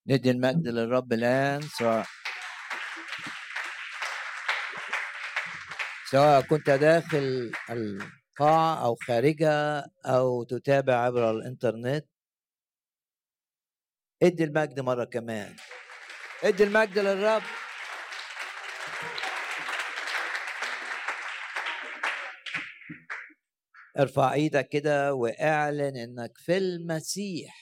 ندي المجد للرب الآن، سواء كنت داخل القاعة أو خارجها أو تتابع عبر الإنترنت. ادي المجد مرة كمان، ادي المجد للرب. ارفع ايدك كده واعلن انك في المسيح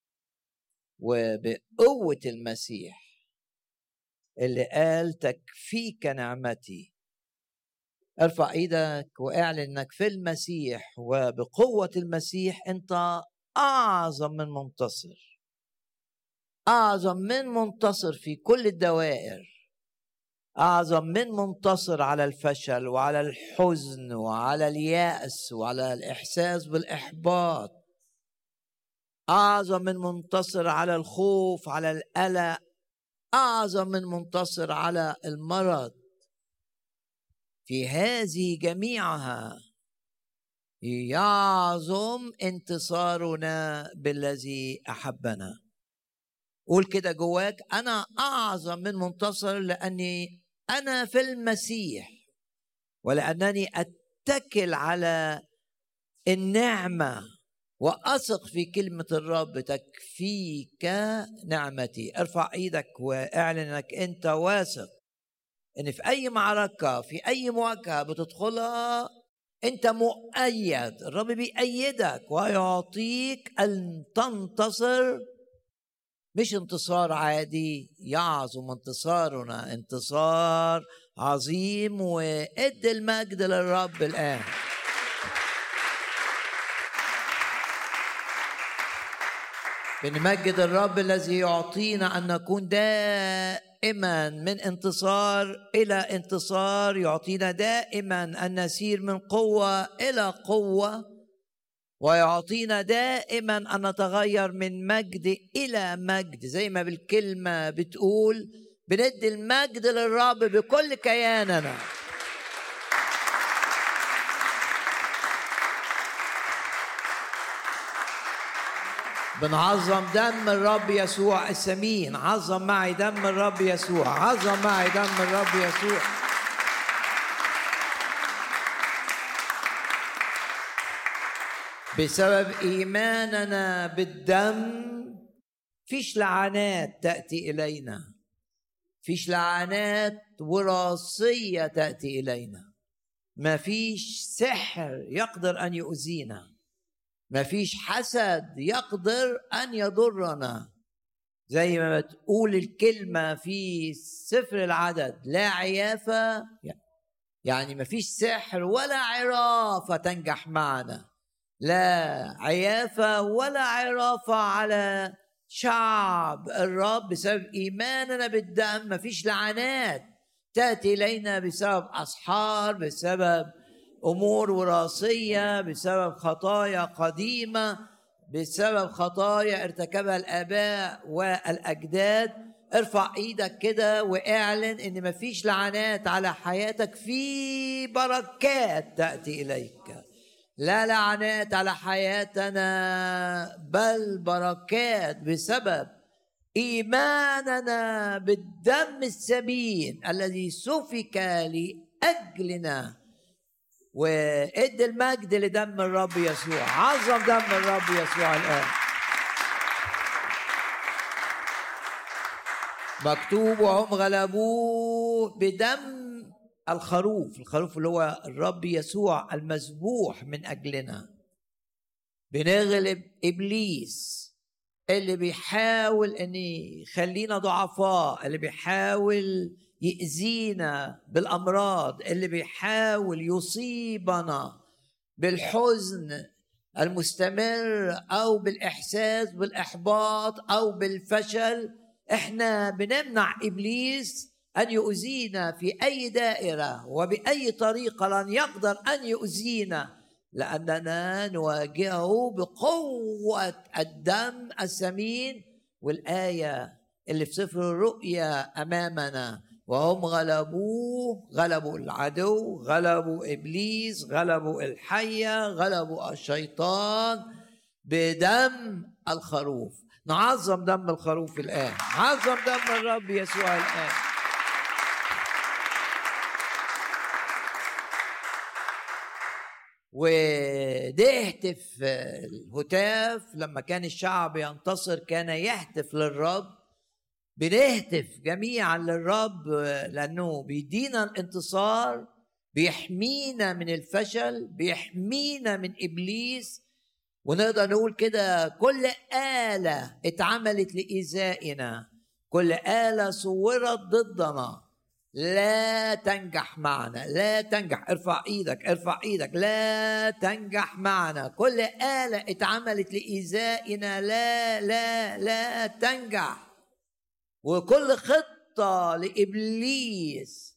وبقوة المسيح اللي قال تكفيك نعمتي. ارفع ايدك واعلن انك في المسيح وبقوة المسيح انت اعظم من منتصر، اعظم من منتصر في كل الدوائر، اعظم من منتصر على الفشل وعلى الحزن وعلى اليأس وعلى الاحساس بالاحباط، اعظم من منتصر على الخوف، على القلق، اعظم من منتصر على المرض. في هذه جميعها يعظم انتصارنا بالذي احبنا. قول كده جواك، انا اعظم من منتصر لاني انا في المسيح، ولانني اتكل على النعمه واثق في كلمه الرب تكفيك نعمتي. ارفع ايدك واعلن انك انت واثق ان في اي معركه، في اي مواجهه بتدخلها انت مؤيد. الرب بيأيدك ويعطيك ان تنتصر، مش انتصار عادي، يعظم انتصارنا انتصار عظيم. وادي المجد للرب الآن. بنمجد الرب الذي يعطينا أن نكون دائما من انتصار إلى انتصار، يعطينا دائما أن نسير من قوة إلى قوة، ويعطينا دائما أن نتغير من مجد إلى مجد. زي ما بالكلمة بتقول، بندي المجد للرب بكل كياننا. بنعظم دم الرب يسوع الثمين. عظم معي دم الرب يسوع، عظم معي دم الرب يسوع. بسبب إيماننا بالدم فيش لعنات تأتي إلينا، فيش لعنات وراثية تأتي إلينا، ما فيش سحر يقدر أن يؤذينا، ما فيش حسد يقدر أن يضرنا. زي ما بتقول الكلمة في سفر العدد، لا عيافة، يعني ما فيش سحر ولا عرافة تنجح معنا. لا عيافة ولا عرافة على شعب الرب بسبب إيماننا بالدم. ما فيش لعنات تأتي إلينا بسبب أسحار، بسبب أمور وراثية، بسبب خطايا قديمة، بسبب خطايا ارتكبها الآباء والأجداد. ارفع ايدك كده واعلن ان مفيش لعنات على حياتك، في بركات تأتي إليك. لا لعنات على حياتنا بل بركات بسبب إيماننا بالدم الثمين الذي سفك لأجلنا. وادي المجد لدم الرب يسوع. عظم دم الرب يسوع الآن. مكتوب وهم غلبوه بدم الخروف. الخروف اللي هو الرب يسوع المذبوح من أجلنا. بنغلب إبليس اللي بيحاول أن يخلينا ضعفاء، اللي بيحاول يأذينا بالأمراض، اللي بيحاول يصيبنا بالحزن المستمر أو بالإحساس بالإحباط أو بالفشل. إحنا بنمنع إبليس أن يؤذينا في أي دائرة وبأي طريقة. لن يقدر أن يؤذينا لأننا نواجهه بقوة الدم الثمين. والآية اللي في سفر الرؤيا أمامنا، وهم غلبوه، غلبوا العدو، غلبوا إبليس، غلبوا الحية، غلبوا الشيطان بدم الخروف. نعظم دم الخروف الآن، عظم دم الرب يسوع الآن. ونهتف الهتاف لما كان الشعب ينتصر، كان يهتف للرب. بنهتف جميعا للرب لأنه بيدينا الانتصار، بيحمينا من الفشل، بيحمينا من إبليس. ونقدر نقول كده كل آلة اتعملت لإيذائنا، كل آلة صورت ضدنا لا تنجح معنا، لا تنجح. ارفع ايدك، ارفع ايدك. لا تنجح معنا. كل آلة اتعملت لإيذائنا لا تنجح. وكل خطة لإبليس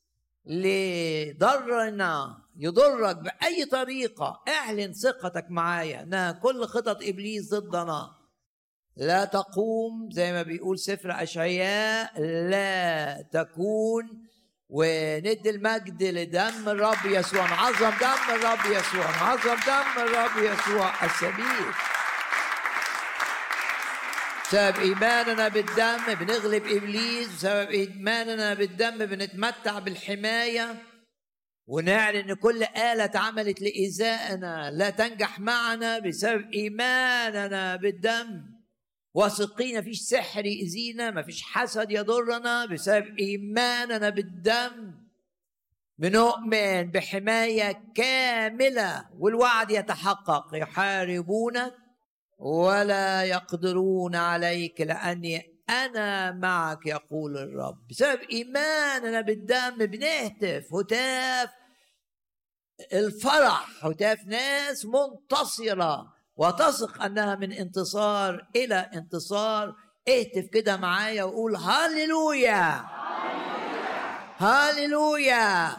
لضرنا، يضرك بأي طريقة، اعلن ثقتك معايا ان كل خطط إبليس ضدنا لا تقوم، زي ما بيقول سفر أشعياء لا تكون. وندي المجد لدم الرب يسوع، نعظم دم الرب يسوع، نعظم دم الرب يسوع السبيل. بسبب إيماننا بالدم بنغلب إبليس، بسبب إيماننا بالدم بنتمتع بالحماية. ونعلن إن كل آلة اتعملت لإيذائنا لا تنجح معنا بسبب إيماننا بالدم. واثقين مفيش سحر يأذينا، مفيش حسد يضرنا بسبب إيماننا بالدم. بنؤمن بحماية كاملة، والوعد يتحقق. يحاربونك ولا يقدرون عليك لأني أنا معك يقول الرب. بسبب إيماننا بالدم بنهتف هتاف الفرح، هتاف ناس منتصرة وتثق أنها من انتصار إلى انتصار. اهتف كده معايا وقول هاليلويا هاليلويا.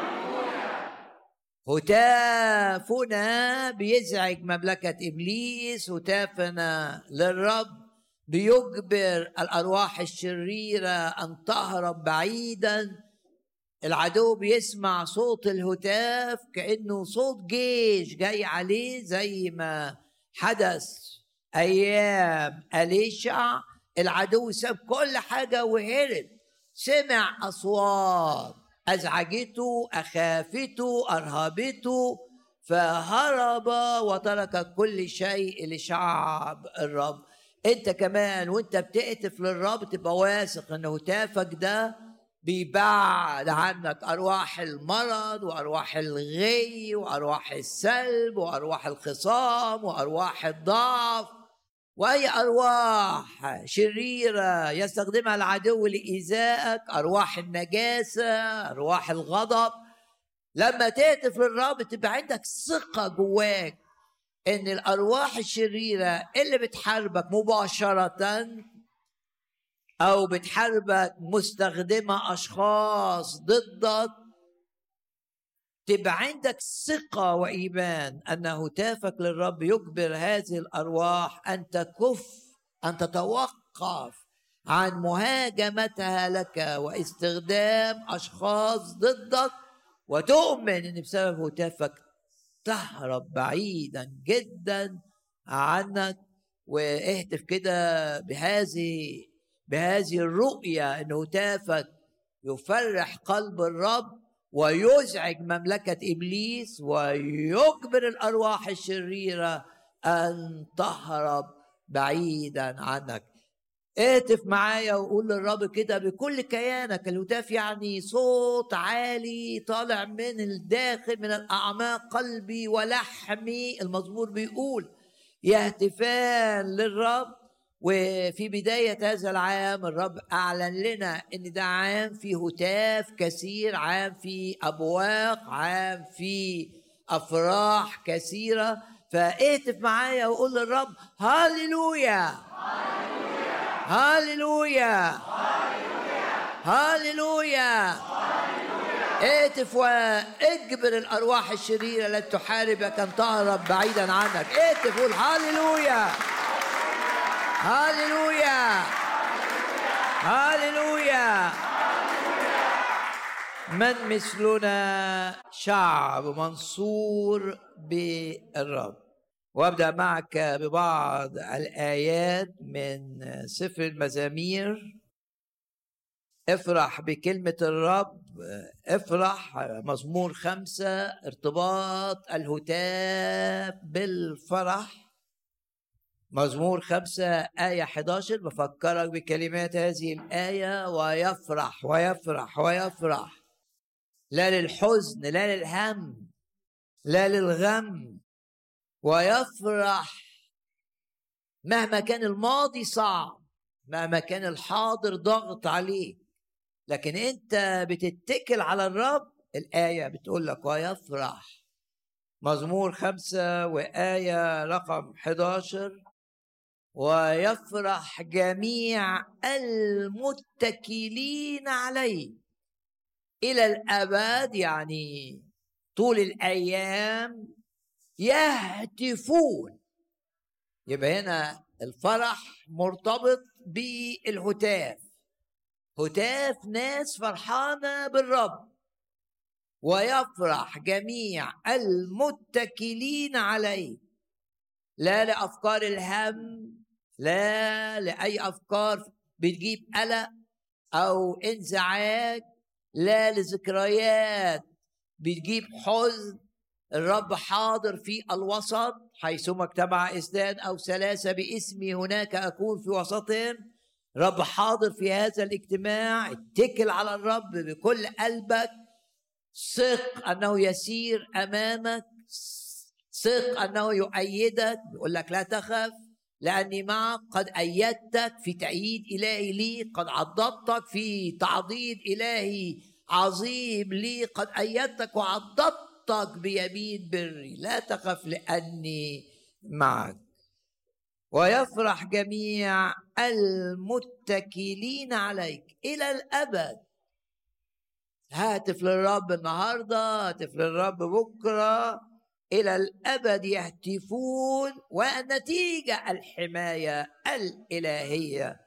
هتافنا بيزعج مملكة إبليس، هتافنا للرب بيجبر الأرواح الشريرة أن تهرب بعيدا. العدو بيسمع صوت الهتاف كأنه صوت جيش جاي عليه، زي ما حدث أيام أليشع. العدو ساب كل حاجة وهرب، سمع أصوات أزعجته، أخافته، أرهبته، فهرب وترك كل شيء لشعب الرب. أنت كمان وأنت بتهتف للرب تبقى واثق أن هتافك ده بيبعد عنك أرواح المرض وأرواح الغي وأرواح السلب وأرواح الخصام وأرواح الضعف وأي أرواح شريرة يستخدمها العدو لإيذائك، أرواح النجاسة، أرواح الغضب. لما تهتف للرب تبقى عندك ثقة جواك إن الأرواح الشريرة اللي بتحاربك مباشرة أو بتحاربك مستخدمة أشخاص ضدك، تبقى عندك ثقة وإيمان أن هتافك للرب يجبر هذه الأرواح أن تكف، أن تتوقف عن مهاجمتها لك واستخدام أشخاص ضدك، وتؤمن أن بسبب هتافك تهرب بعيدا جدا عنك. واهتف كده بهذه الرؤية أن هتافك يفرح قلب الرب ويزعج مملكة إبليس ويجبر الأرواح الشريرة أن تهرب بعيدا عنك. اهتف معايا وقول للرب كده بكل كيانك. الهتاف يعني صوت عالي طالع من الداخل، من الأعماق، قلبي ولحمي. المزمور بيقول يهتفان للرب. وفي بداية هذا العام الرب أعلن لنا إن ده عام فيه هتاف كثير، عام فيه أبواق، عام فيه أفراح كثيرة. فاهتف معايا وقول للرب هاليلويا هاليلويا هاليلويا. اهتف واجبر الأرواح الشريرة التي تحاربك أن تهرب بعيدا عنك. اهتف وقول هاليلويا هاليلويا هاليلويا. من مثلنا شعب منصور بالرب. وابدأ معك ببعض الآيات من سفر المزامير. افرح بكلمة الرب، افرح. مزمور 5، ارتباط الهتاف بالفرح. مزمور 5 آية 11. بفكرك بكلمات هذه الآية: ويفرح ويفرح ويفرح، لا للحزن لا للهم لا للغم، ويفرح مهما كان الماضي صعب، مهما كان الحاضر ضغط عليك، لكن انت بتتكل على الرب. الآية بتقول لك ويفرح. مزمور 5 وآية رقم 11: ويفرح جميع المتكلين عليه إلى الأبد، يعني طول الأيام يهتفون. يبقى هنا الفرح مرتبط بالهتاف، هتاف ناس فرحانة بالرب. ويفرح جميع المتكلين عليه، لا لأفكار الهم، لا لأي أفكار بتجيب قلق أو انزعاج، لا لذكريات بتجيب حزن. الرب حاضر في الوسط، حيثما اجتمع 2 أو 3 باسمي هناك أكون في وسطهم. رب حاضر في هذا الاجتماع. اتكل على الرب بكل قلبك، ثق أنه يسير أمامك، ثق أنه يؤيدك. يقول لك لا تخف لأني معك، قد أيدتك في تأييد إلهي لي، قد عضدتك في تعضيد إلهي عظيم لي، قد أيدتك وعضدتك بيمين بري، لا تخف لأني معك. ويفرح جميع المتكلين عليك إلى الأبد. هاتف للرب النهاردة، هاتف للرب بكرة، إلى الأبد يهتفون، والنتيجة الحماية الإلهية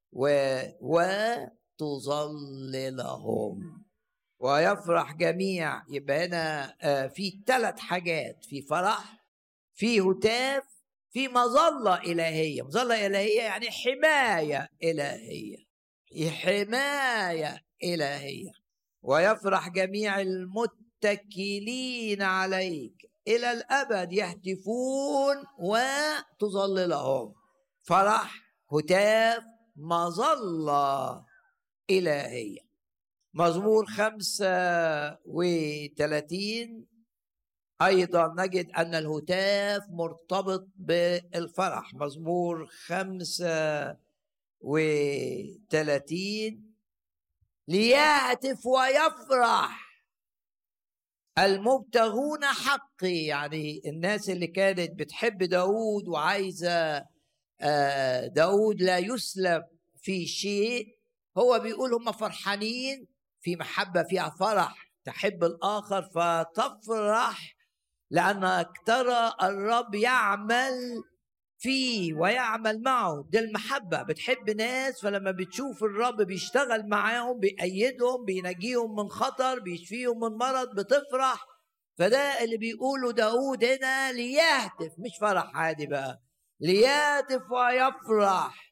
وتظللهم. ويفرح جميع. يبقى هنا في 3 حاجات: في فرح، في هتاف، في مظلة إلهية. مظلة إلهية يعني حماية إلهية، حماية إلهية. ويفرح جميع المتكلين عليك إلى الأبد يهتفون وتظللهم. فرح، هتاف، مظلة إلهية. مزمور 35 أيضا نجد أن الهتاف مرتبط بالفرح. مزمور 35: ليهتف ويفرح المبتغون حقي، يعني الناس اللي كانت بتحب داود وعايزة داود لا يسلب في شيء. هو بيقول هم فرحانين في محبة فيها فرح، تحب الآخر فتفرح لأنك ترى الرب يعمل فيه ويعمل معه. دي المحبة، بتحب ناس، فلما بتشوف الرب بيشتغل معاهم، بيأيدهم، بينجيهم من خطر، بيشفيهم من مرض، بتفرح. فده اللي بيقوله داود هنا: ليهتف، مش فرح عادي بقى، ليهتف ويفرح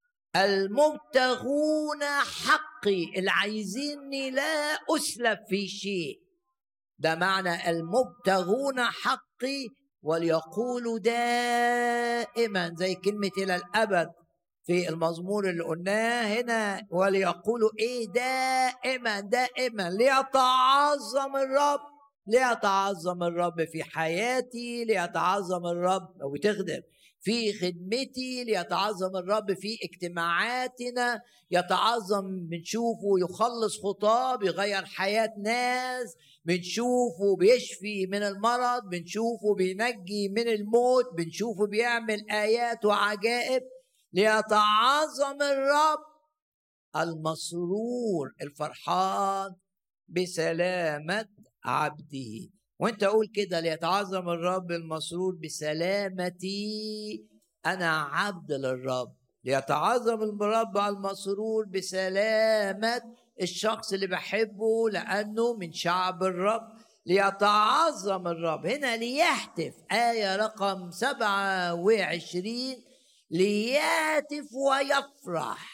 المبتغون حقي، اللي عايزيني لا أسلب في شيء. ده معنى المبتغون حقي. وليقولوا دائما، زي كلمة إلى الأبد في المزمور اللي قلناه هنا، وليقولوا إيه؟ دائما دائما. ليتعظم الرب، ليتعظم الرب في حياتي، ليتعظم الرب لو بتخدم في خدمتي، ليتعظم الرب في اجتماعاتنا. يتعظم، بنشوفه يخلص خطاه، بيغير حياة ناس، بنشوفه بيشفي من المرض، بنشوفه بينجي من الموت، بنشوفه بيعمل آيات وعجائب. ليتعظم الرب المسرور الفرحان بسلامة عبده. وانت اقول كده: ليتعظم الرب المسرور بسلامتي، انا عبد للرب. ليتعظم الرب المسرور بسلامة الشخص اللي بحبه لانه من شعب الرب. ليتعظم الرب. هنا ليهتف، آية رقم 27، ليهتف ويفرح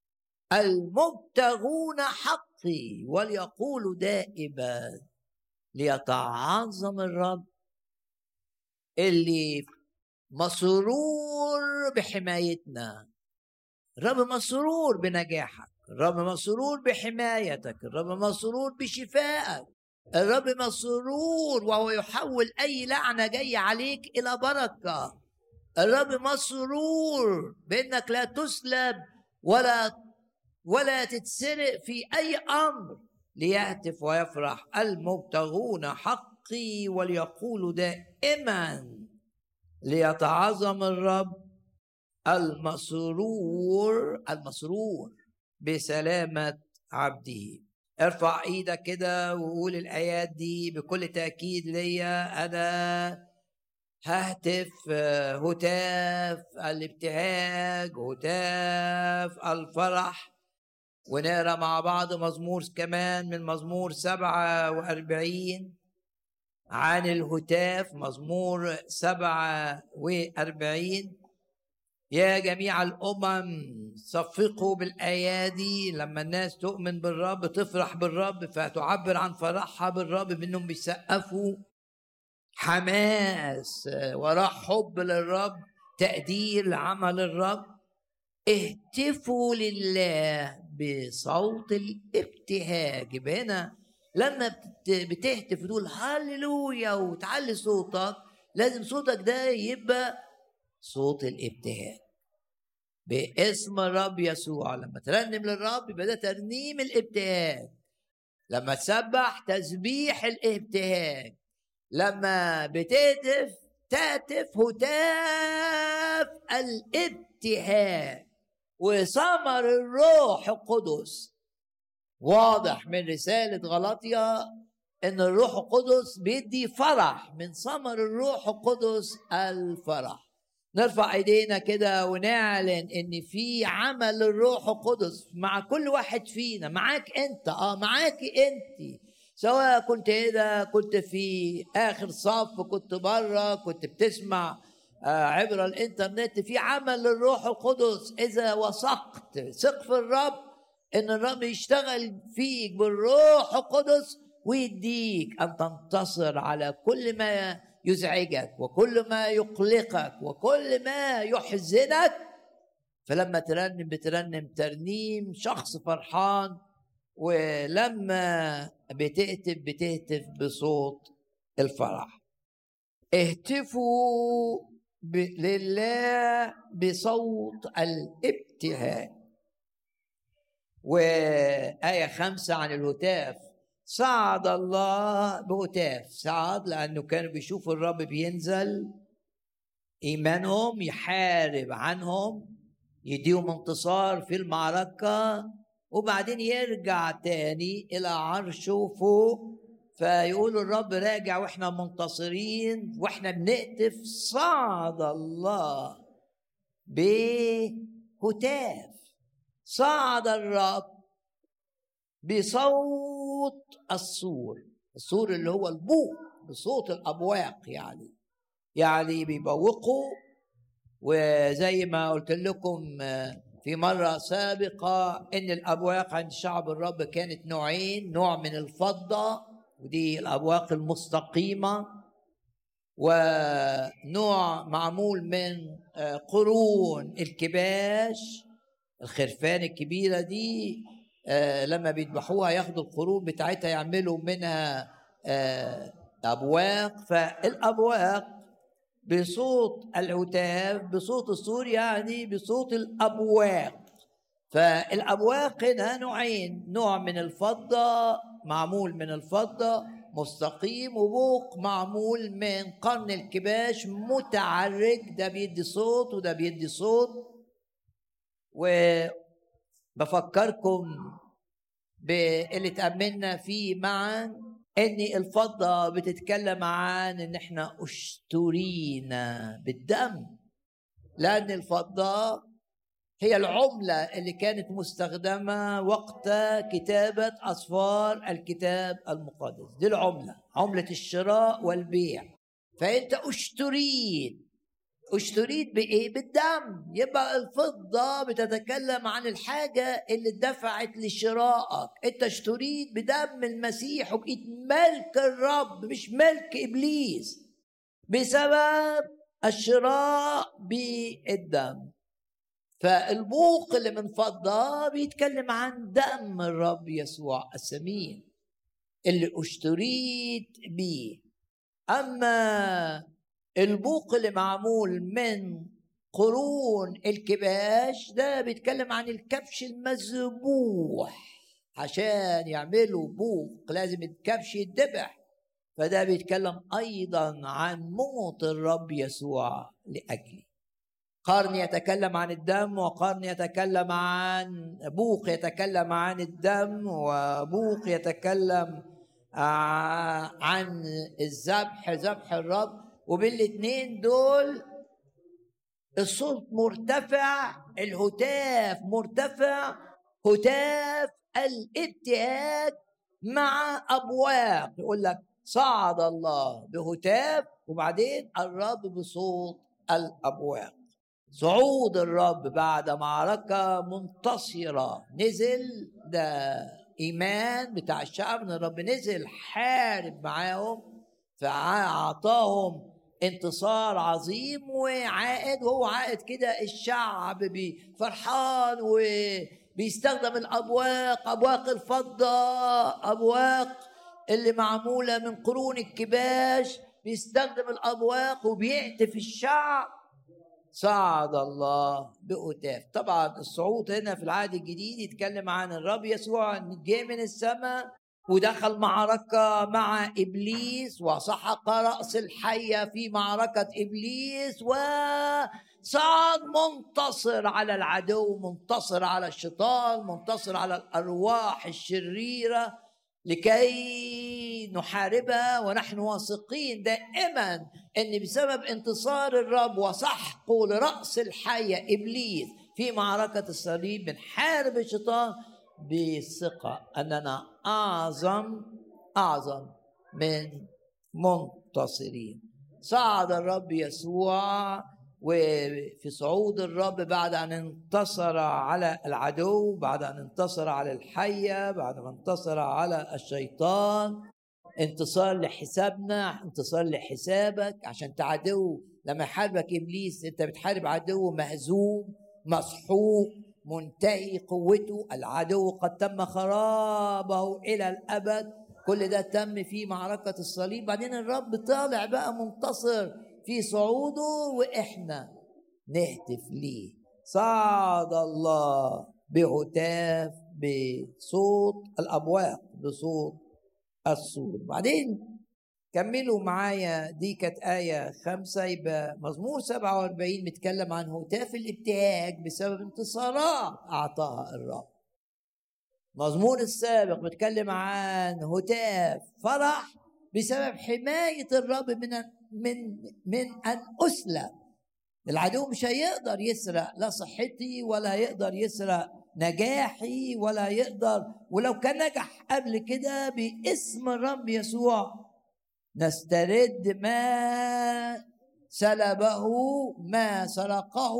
المبتغون حقي وليقولوا دائما. ليتعظم الرب اللي مسرور بحمايتنا. الرب مسرور بنجاحك، الرب مسرور بحمايتك، الرب مسرور بشفائك، الرب مسرور وهو يحول أي لعنة جاية عليك إلى بركة. الرب مسرور بأنك لا تسلب ولا تتسرق في أي أمر. ليهتف ويفرح المبتغون حقي وليقولوا دائما. ليتعظم الرب المسرور بسلامة عبده. ارفع ايدك كده وقول الآيات دي بكل تأكيد ليا. أنا ههتف هتاف الابتهاج، هتاف الفرح. ونقرأ مع بعض مزمور كمان من مزمور 47 عن الهتاف. مزمور 47: يا جميع الأمم صفقوا بالأيادي. لما الناس تؤمن بالرب تفرح بالرب، فتعبر عن فرحها بالرب بأنهم بيسقفوا حماس وراء حب للرب، تقدير لعمل الرب. اهتفوا لله بصوت الابتهاج. هنا لما بتهتف تقول هاليلويا وتعلي صوتك، لازم صوتك ده يبقى صوت الابتهاج باسم الرب يسوع. لما ترنم للرب يبقى ده ترنيم الابتهاج. لما تسبح تسبيح الابتهاج. لما بتهتف تهتف هتاف الابتهاج. وثمر الروح القدس واضح من رسالة غلاطيا ان الروح القدس بيدي فرح. من ثمر الروح القدس الفرح. نرفع ايدينا كده ونعلن ان في عمل الروح القدس مع كل واحد فينا. معاك انت، معاكي انت، سواء كنت هنا، كنت في اخر صف، كنت بره، كنت بتسمع عبر الانترنت. في عمل للروح القدس. اذا وثقت، ثق في الرب ان الرب يشتغل فيك بالروح القدس ويديك ان تنتصر على كل ما يزعجك وكل ما يقلقك وكل ما يحزنك. فلما ترنم بترنم ترنيم شخص فرحان، ولما بتهتف بصوت الفرح. اهتفوا لله بصوت الابتهاج. وآية 5 عن الهتاف: صعد الله بهتاف. صعد لأنه كانوا بيشوفوا الرب بينزل، إيمانهم يحارب عنهم، يديهم انتصار في المعركة، وبعدين يرجع تاني إلى عرشه فوق. فيقول الرب راجع وإحنا منتصرين وإحنا بنهتف صعد الله بهتاف. صعد الرب بصوت الصور اللي هو البوق، بصوت الأبواق. يعني بيبوقوا. وزي ما قلت لكم في مرة سابقة ان الأبواق عند شعب الرب كانت نوعين: نوع من الفضة ودي الأبواق المستقيمة، ونوع معمول من قرون الكباش، الخرفان الكبيرة دي. لما بيذبحوها ياخدوا القرون بتاعتها يعملوا منها أبواق. فالأبواق بصوت الهتاف، بصوت الصور، يعني بصوت الأبواق. فالأبواق هنا نوعين: نوع من الفضة معمول من الفضة مستقيم، وبوق معمول من قرن الكباش متعرج. ده بيدي صوت وده بيدي صوت. وبفكركم باللي تأملنا فيه معا، ان الفضة بتتكلم عن ان احنا اشترينا بالدم. لان الفضة هي العملة اللي كانت مستخدمة وقت كتابة أسفار الكتاب المقدس. دي العملة، عملة الشراء والبيع. فأنت اشتريت بإيه؟ بالدم. يبقى الفضة بتتكلم عن الحاجة اللي دفعت لشرائك. انت اشتريت بدم المسيح وبقيت ملك الرب مش ملك إبليس بسبب الشراء بالدم. فالبوق اللي من فضة بيتكلم عن دم الرب يسوع الثمين اللي اشتريت بيه. أما البوق اللي معمول من قرون الكباش ده بيتكلم عن الكبش المذبوح. عشان يعملوا بوق لازم الكبش يتذبح، فده بيتكلم أيضا عن موت الرب يسوع لأجلي. قرن يتكلم عن الدم، وقرن يتكلم عن بوق يتكلم عن الدم، وبوق يتكلم عن الذبح، ذبح الرب. وبالاثنين دول الصوت مرتفع، الهتاف مرتفع، هتاف الابتهاج مع أبواق. يقول لك صعد الله بهتاف، وبعدين الرب بصوت الأبواق. صعود الرب بعد معركة منتصرة نزل، ده إيمان بتاع الشعب ان الرب نزل حارب معاهم فأعطاهم انتصار عظيم وعائد. وهو عائد كده الشعب فرحان وبيستخدم الأبواق، أبواق الفضة، أبواق اللي معمولة من قرون الكباش، بيستخدم الأبواق وبيهتف الشعب صعد الله بهتاف. طبعا الصعود هنا في العهد الجديد يتكلم عن الرب يسوع جه من السماء ودخل معركة مع إبليس وسحق رأس الحية في معركة إبليس، وصعد منتصر على العدو، منتصر على الشيطان، منتصر على الأرواح الشريرة لكي نحاربها. ونحن واثقين دائما ان بسبب انتصار الرب وسحقه لرأس الحية إبليس في معركة الصليب بنحارب الشيطان بثقة أننا أعظم من منتصرين. صعد الرب يسوع، وفي صعود الرب بعد أن انتصر على العدو، بعد أن انتصر على الحية، بعد ما انتصر على الشيطان، انتصار لحسابنا، انتصار لحسابك. عشان تعدو لما يحاربك إبليس انت بتحارب عدو مهزوم مسحوق منتهي قوته. العدو قد تم خرابه إلى الأبد. كل ده تم في معركة الصليب. بعدين الرب طالع بقى منتصر في صعوده وإحنا نهتف ليه صعد الله بهتاف بصوت الأبواق، بصوت الصور. بعدين كملوا معايا، دي كانت آية 5. يبقى مزمور 47 بيتكلم عن هتاف الابتهاج بسبب انتصارات أعطاها الرب. مزمور السابق بيتكلم عن هتاف فرح بسبب حماية الرب من أن أسلب. العدو مش هيقدر يسرق لا صحتي، ولا هيقدر يسرق نجاحي، ولا يقدر. ولو كان نجح قبل كده باسم الرب يسوع نسترد ما سلبه، ما سرقه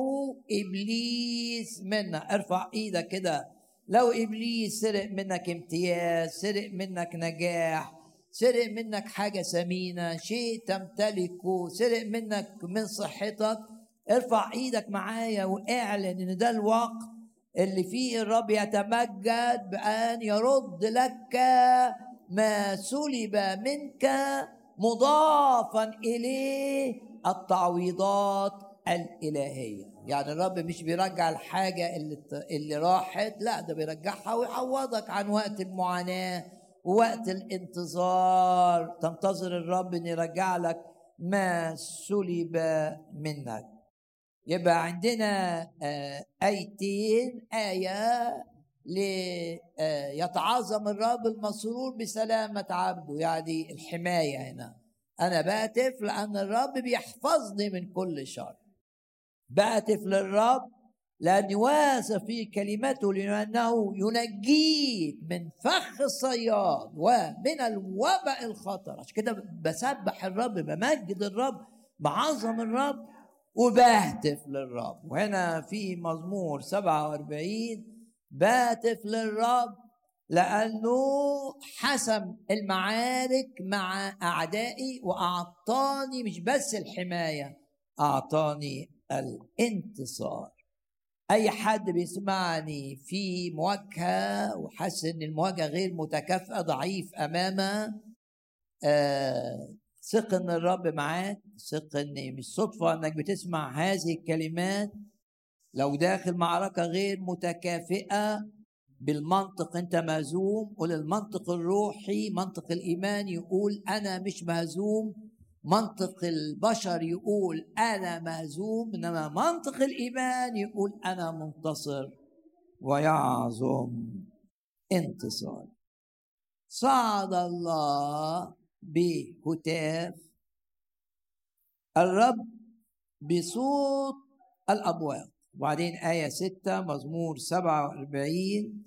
إبليس منا. ارفع ايدك كده. لو إبليس سرق منك امتياز، سرق منك نجاح، سرق منك حاجة ثمينة، شيء تمتلكه، سرق منك من صحتك، ارفع ايدك معايا واعلن ان ده الوقت اللي فيه الرب يتمجد بأن يرد لك ما سلب منك مضافا إليه التعويضات الإلهية. يعني الرب مش بيرجع الحاجة اللي راحت، لا ده بيرجعها ويعوضك عن وقت المعاناة ووقت الانتظار. تنتظر الرب ان يرجع لك ما سلب منك. يبقى عندنا آيتين. آية يتعظم الرب المسرور بسلامة عبده، يعني الحماية. هنا أنا بهتف لأن الرب بيحفظني من كل شر، بهتف للرب لأني واثق في كلمته، لأنه ينجيك من فخ الصياد ومن الوباء الخطر. عشان كده بسبح الرب، بمجد الرب، بعظم الرب، وبهتف للرب. وهنا في مزمور 47 بهتف للرب لأنه حسم المعارك مع أعدائي، وأعطاني مش بس الحماية، أعطاني الانتصار. أي حد بيسمعني في مواجهة وحس إن المواجهة غير متكافئة، ضعيف أمامه، ثق إن الرب معاك، ثق إن مش صدفة إنك بتسمع هذه الكلمات. لو داخل معركة غير متكافئة بالمنطق أنت مهزوم، وللمنطق الروحي منطق الإيمان يقول أنا مش مهزوم، منطق البشر يقول أنا مهزوم، إنما منطق الإيمان يقول أنا منتصر ويعظم انتصار. صعد الله بهتاف، الرب بصوت الأبواق. وبعدين آية 6 مزمور 47،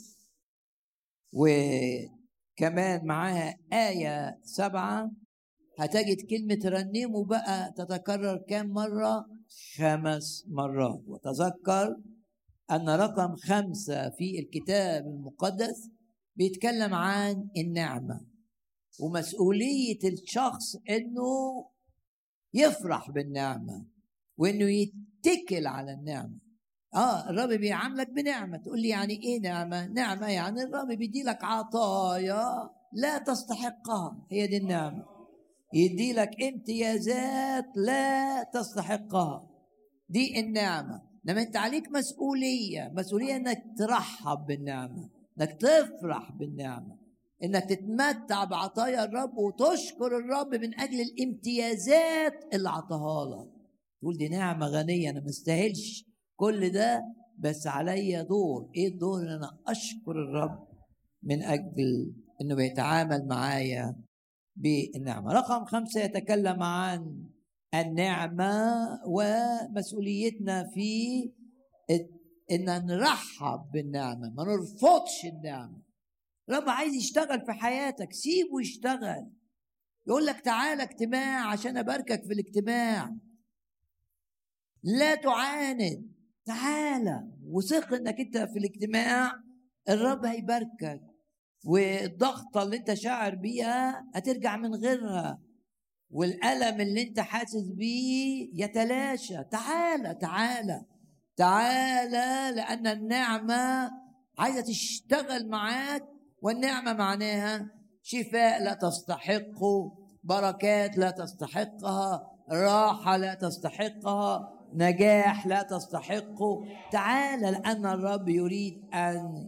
وكمان معاها آية 7 هتجد كلمة رنموا بقى تتكرر كم مرة؟ 5 مرات. وتذكر أن رقم 5 في الكتاب المقدس بيتكلم عن النعمة ومسؤولية الشخص إنه يفرح بالنعمة وإنه يتكل على النعمة. الرب بيعاملك بنعمة. تقول لي يعني إيه نعمة؟ نعمة يعني الرب بيدي لك عطايا لا تستحقها، هي دي النعمة. يدي لك امتيازات لا تستحقها، دي النعمة. لما انت عليك مسؤولية انك ترحب بالنعمة، انك تفرح بالنعمة، انك تتمتع بعطايا الرب وتشكر الرب من اجل الامتيازات اللي عطاها لك. تقول دي نعمة غنية، انا مستاهلش كل ده، بس عليا دور. ايه الدور؟ ان انا اشكر الرب من اجل انه بيتعامل معايا بالنعمة. رقم 5 يتكلم عن النعمة ومسؤوليتنا في ان نرحب بالنعمة، ما نرفضش النعمة. رب عايز يشتغل في حياتك، سيبه يشتغل. يقول لك تعالى اجتماع عشان اباركك في الاجتماع، لا تعاند، تعالى وثق انك انت في الاجتماع الرب هيباركك، والضغطة اللي انت شاعر بيها هترجع من غيرها، والألم اللي انت حاسس بيه يتلاشى. تعالى تعالى تعالى، لأن النعمة عايزة تشتغل معاك. والنعمة معناها شفاء لا تستحقه، بركات لا تستحقها، راحة لا تستحقها، نجاح لا تستحقه. تعالى لأن الرب يريد أن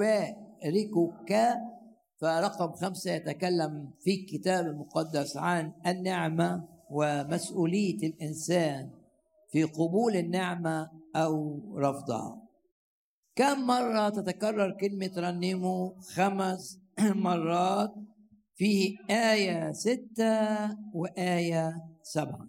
يباركك. فرقم 5 يتكلم في الكتاب المقدس عن النعمة ومسؤولية الإنسان في قبول النعمة أو رفضها. كم مرة تتكرر كلمة رنموا؟ 5 مرات. فيه آية 6 وآية 7.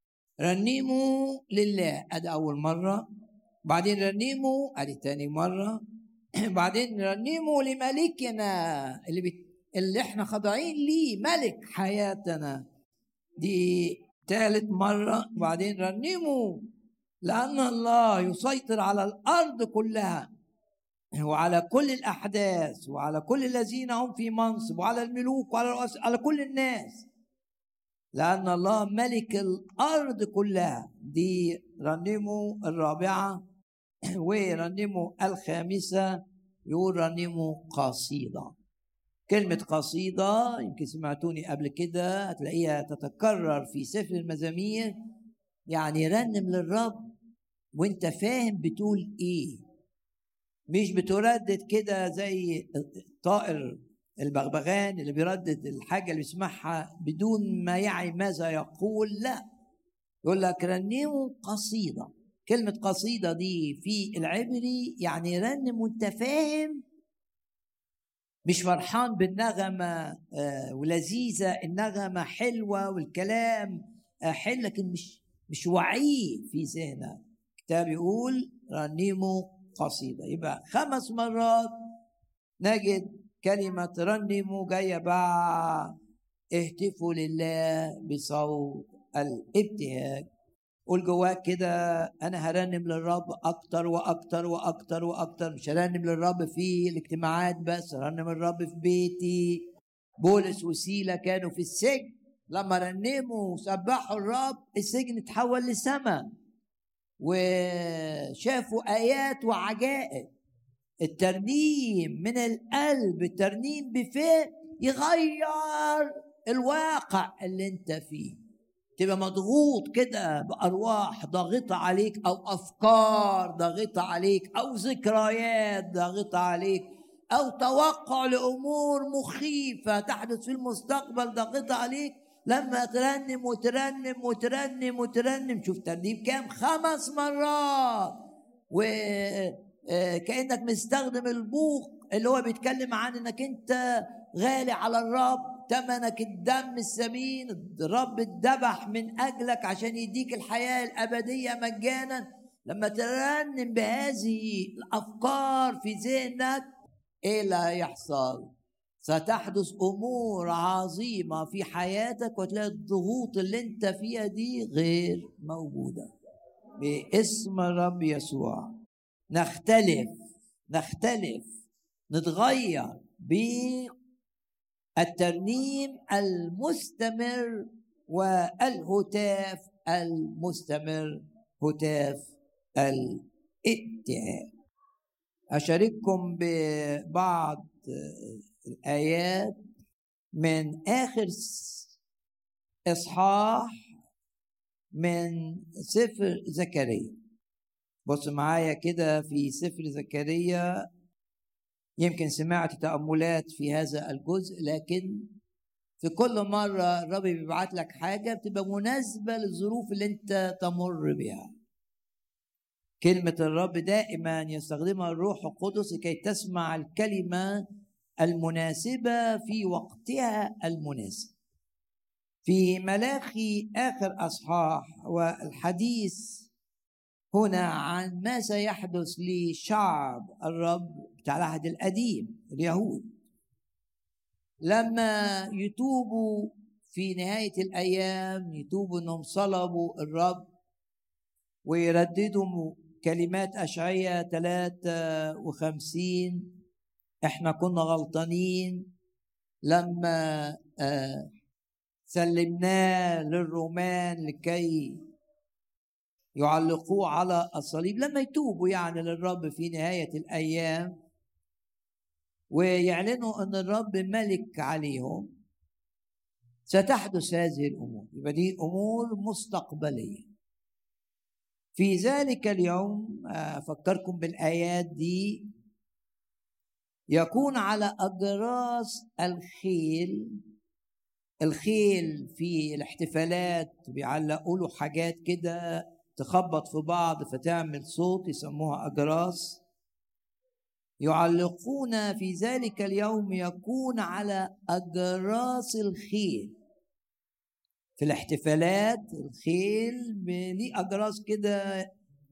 رنموا لله أدي أول مرة، بعدين رنموا أدي تاني مرة، بعدين رنموا لملكنا اللي احنا خاضعين ليه، ملك حياتنا، دي ثالث مرة. بعدين رنموا لأن الله يسيطر على الأرض كلها وعلى كل الأحداث وعلى كل الذين هم في منصب وعلى الملوك وعلى الرؤساء، على كل الناس، لأن الله ملك الأرض كلها، دي رنموا الرابعة. ورنموا الخامسة يقول رنموا قصيدة. كلمة قصيدة يمكن سمعتوني قبل كده، هتلاقيها تتكرر في سفر المزامير. يعني رنم للرب وانت فاهم بتقول ايه، مش بتردد كده زي الطائر البغبغان اللي بيردد الحاجة اللي بيسمعها بدون ما يعي ماذا يقول. لا، يقول لك رنموا قصيدة. كلمة قصيدة دي في العبري يعني رنم وانت فاهم، مش فرحان بالنغمة ولذيذة، النغمة حلوة والكلام حلو، لكن مش وعيه في ذهنك. الكتاب يقول رنموا قصيدة. يبقى 5 مرات نجد كلمة رنموا جاية بعد اهتفوا لله بصوت الابتهاج. قول جواك كده أنا هرنم للرب أكتر وأكتر وأكتر وأكتر. مش هرنم للرب في الاجتماعات بس، هرنم الرب في بيتي. بولس وسيلة كانوا في السجن، لما رنموا وسبحوا الرب السجن اتحول لسماء وشافوا آيات وعجائب. الترنيم من القلب، الترنيم بفهم يغير الواقع اللي انت فيه. تبقى مضغوط كده بأرواح ضاغطة عليك أو أفكار ضاغطة عليك أو ذكريات ضاغطة عليك أو توقع لأمور مخيفة تحدث في المستقبل ضاغطة عليك. لما ترنم وترنم وترنم وترنم، شوف ترنيم كام؟ 5 مرات. وكأنك مستخدم البوق اللي هو بيتكلم عن انك انت غالي على الرب، ثمنك الدم الثمين، الرب اتذبح من اجلك عشان يديك الحياة الابدية مجانا. لما ترنم بهذه الافكار في ذهنك، ايه اللي هيحصل؟ ستحدث امور عظيمة في حياتك، وتلاقي الضغوط اللي انت فيها دي غير موجودة باسم الرب يسوع. نختلف نتغير بالترنيم المستمر والهتاف المستمر، هتاف الابتهاج. أشارككم ببعض الآيات من آخر إصحاح من سفر زكريا. بص معايا كده في سفر زكريا. يمكن سمعت تأملات في هذا الجزء، لكن في كل مرة الرب بيبعت لك حاجة بتبقى مناسبة للظروف اللي انت تمر بها. كلمة الرب دائما يستخدمها الروح القدس لكي تسمع الكلمة المناسبة في وقتها المناسب. في ملاخي آخر أصحاح والحديث هنا عن ما سيحدث لشعب الرب بتاع العهد القديم اليهود لما يتوبوا في نهاية الأيام، يتوبوا أنهم صلبوا الرب ويرددوا كلمات أشعياء 53: احنا كنا غلطانين لما سلمناه للرومان لكي يعلقوه على الصليب. لما يتوبوا يعني للرب في نهاية الأيام ويعلنوا أن الرب ملك عليهم، ستحدث هذه الأمور. يبقى دي أمور مستقبلية. في ذلك اليوم أفكركم بالآيات دي: يكون على أجراس الخيل في الاحتفالات بيعلقوا له حاجات كده تخبط في بعض فتعمل صوت، يسموها أجراس. يعلقون في ذلك اليوم، يكون على أجراس الخيل في الاحتفالات. الخيل ليه أجراس كده،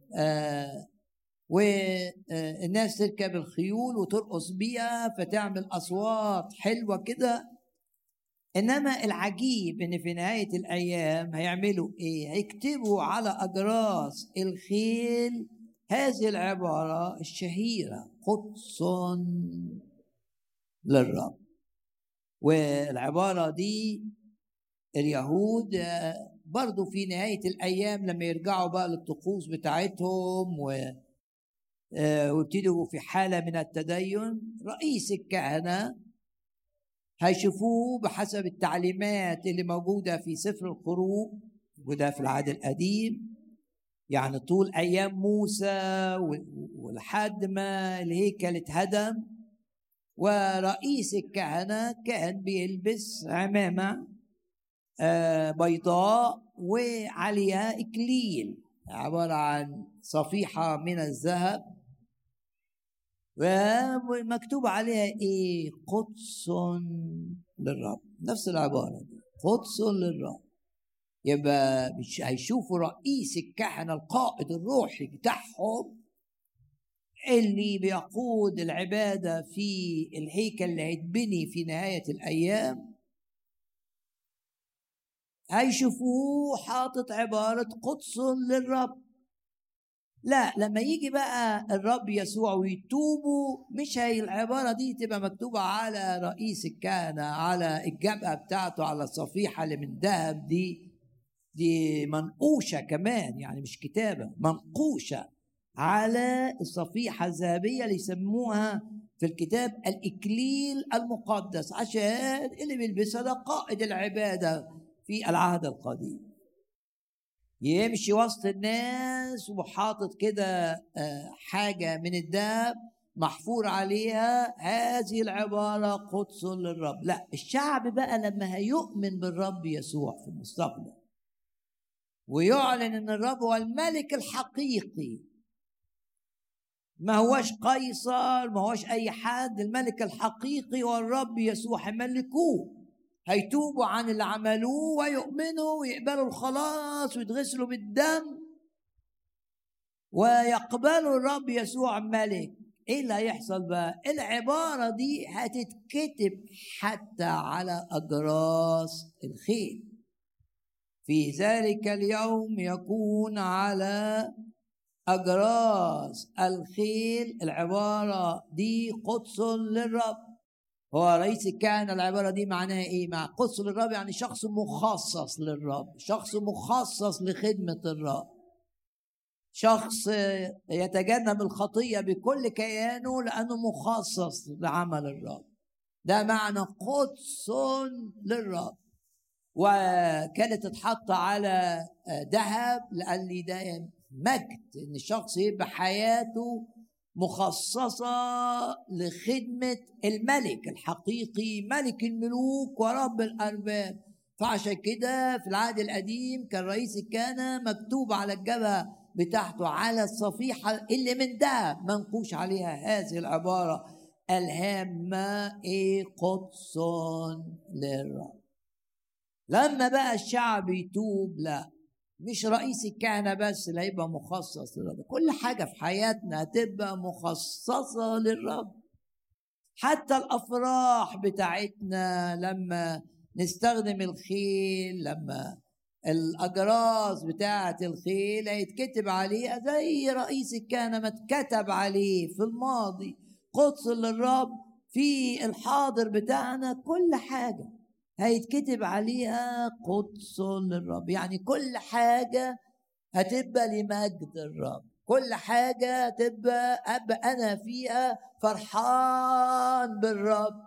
والناس تركب الخيول وترقص بيها فتعمل أصوات حلوة كده. إنما العجيب إن في نهاية الأيام هيعملوا إيه؟ هيكتبوا على أجراس الخيل هذه العبارة الشهيرة: قدس للرب. والعبارة دي اليهود برضو في نهاية الأيام لما يرجعوا بقى للطقوس بتاعتهم ويبتدوا في حالة من التدين، رئيس الكهنة هيشوفوه بحسب التعليمات اللي موجودة في سفر الخروج، موجودة في العهد القديم، يعني طول أيام موسى ولحد ما الهيكل اتهدم. ورئيس الكهنة كان بيلبس عمامة بيضاء وعليها إكليل عبارة عن صفيحة من الذهب ومكتوب عليها إيه؟ قدس للرب. نفس العبارة دي، قدس للرب. يبقى مش هيشوفوا رئيس الكهنة القائد الروحي بتاعهم اللي بيقود العبادة في الهيكل اللي هيتبني في نهاية الأيام هيشوفوه حاطط عبارة قدس للرب. لا، لما يجي بقى الرب يسوع ويتوبوا، مش هي العبارة دي تبقى مكتوبة على رئيس الكهنة، على الجبهة بتاعته، على الصفيحة اللي من ذهب دي منقوشة كمان، يعني مش كتابة، منقوشة على الصفيحة الذهبية اللي يسموها في الكتاب الإكليل المقدس، عشان اللي بيلبسها ده قائد العبادة في العهد القديم. يمشي وسط الناس وحاطط كده حاجة من الذهب محفور عليها هذه العبارة قدس للرب. لا، الشعب بقى لما هيؤمن بالرب يسوع في المستقبل ويعلن ان الرب هو الملك الحقيقي، ما هوش قيصر، ما هوش اي حد، الملك الحقيقي هو الرب يسوع، هيملكوه، هيتوبوا عن اللي عملوه ويؤمنوا ويقبلوا الخلاص ويتغسلوا بالدم ويقبلوا الرب يسوع ملك. ايه اللي هيحصل بقى؟ العبارة دي هتتكتب حتى على أجراس الخيل. في ذلك اليوم يكون على أجراس الخيل العبارة دي قدس للرب. هو رئيس الكهنة العبارة دي معناها ايه؟ مع قدس للرب يعني شخص مخصص للرب، شخص مخصص لخدمة الرب، شخص يتجنب الخطية بكل كيانه لأنه مخصص لعمل الرب. ده معنى قدس للرب. وكانت تتحط على ذهب لأن ده مجد، ان الشخص يبقى حياته مخصصة لخدمة الملك الحقيقي، ملك الملوك ورب الأرباب. فعشان كده في العهد القديم كان رئيس الكهنة مكتوب على الجبهة بتاعته على الصفيحة اللي من ذهب منقوش عليها هذه العبارة الهامة ايه؟ قدس للرب. لما بقى الشعب يتوب، لا، مش رئيس الكهنة بس اللي هيبقى مخصص للرب، كل حاجة في حياتنا هتبقى مخصصة للرب. حتى الأفراح بتاعتنا لما نستخدم الخيل، لما الأجراس بتاعة الخيل هيتكتب عليها زي رئيس الكهنة ما اتكتب عليه في الماضي قدس للرب، في الحاضر بتاعنا كل حاجة هيتكتب عليها قدس للرب. يعني كل حاجة هتبقى لمجد الرب، كل حاجة أبقى أنا فيها فرحان بالرب،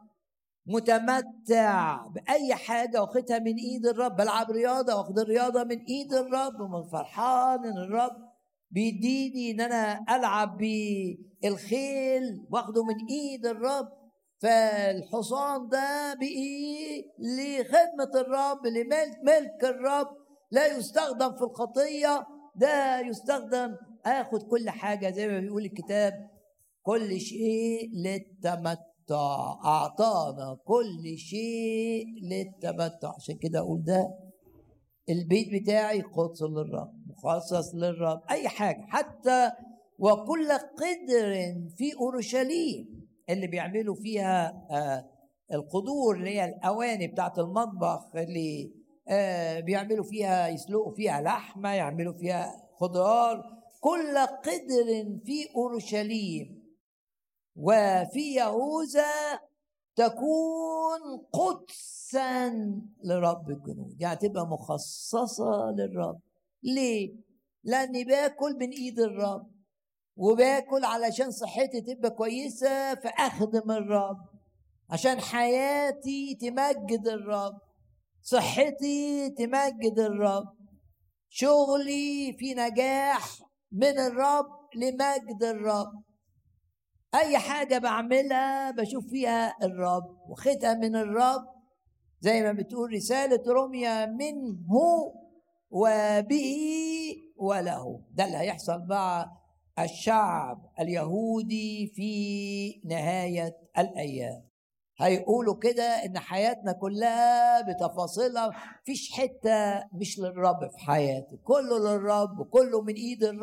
متمتع بأي حاجة واخدها من إيد الرب، بلعب رياضة واخد الرياضة من إيد الرب، وفرحان إن الرب بيديني إن أنا ألعب بالخيل واخده من إيد الرب. فالحصان ده بقي لخدمة الرب، لملك الرب، لا يستخدم في الخطية، ده يستخدم اخد كل حاجة زي ما بيقول الكتاب كل شيء للتمتع، اعطانا كل شيء للتمتع. عشان كده اقول ده البيت بتاعي قدس للرب، مخصص للرب. اي حاجة حتى وكل قدر في اورشليم اللي بيعملوا فيها القدور اللي هي الاواني بتاعت المطبخ، اللي بيعملوا فيها، يسلقوا فيها لحمه، يعملوا فيها خضار، كل قدر في اورشليم وفي يهوذا تكون قدسا لرب الجنود، يعني تبقى مخصصه للرب. ليه؟ لاني باكل من ايد الرب، وباكل علشان صحتي تبقى كويسه فاخدم الرب، عشان حياتي تمجد الرب، صحتي تمجد الرب، شغلي في نجاح من الرب لمجد الرب. اي حاجة بعملها بشوف فيها الرب وخدها من الرب، زي ما بتقول رسالة روميا منه وبه وله. ده اللي هيحصل مع الشعب اليهودي في نهاية الأيام. هيقولوا كده ان حياتنا كلها بتفاصيلها فيش حته مش للرب في حياتي، كله للرب وكله من ايد الرب،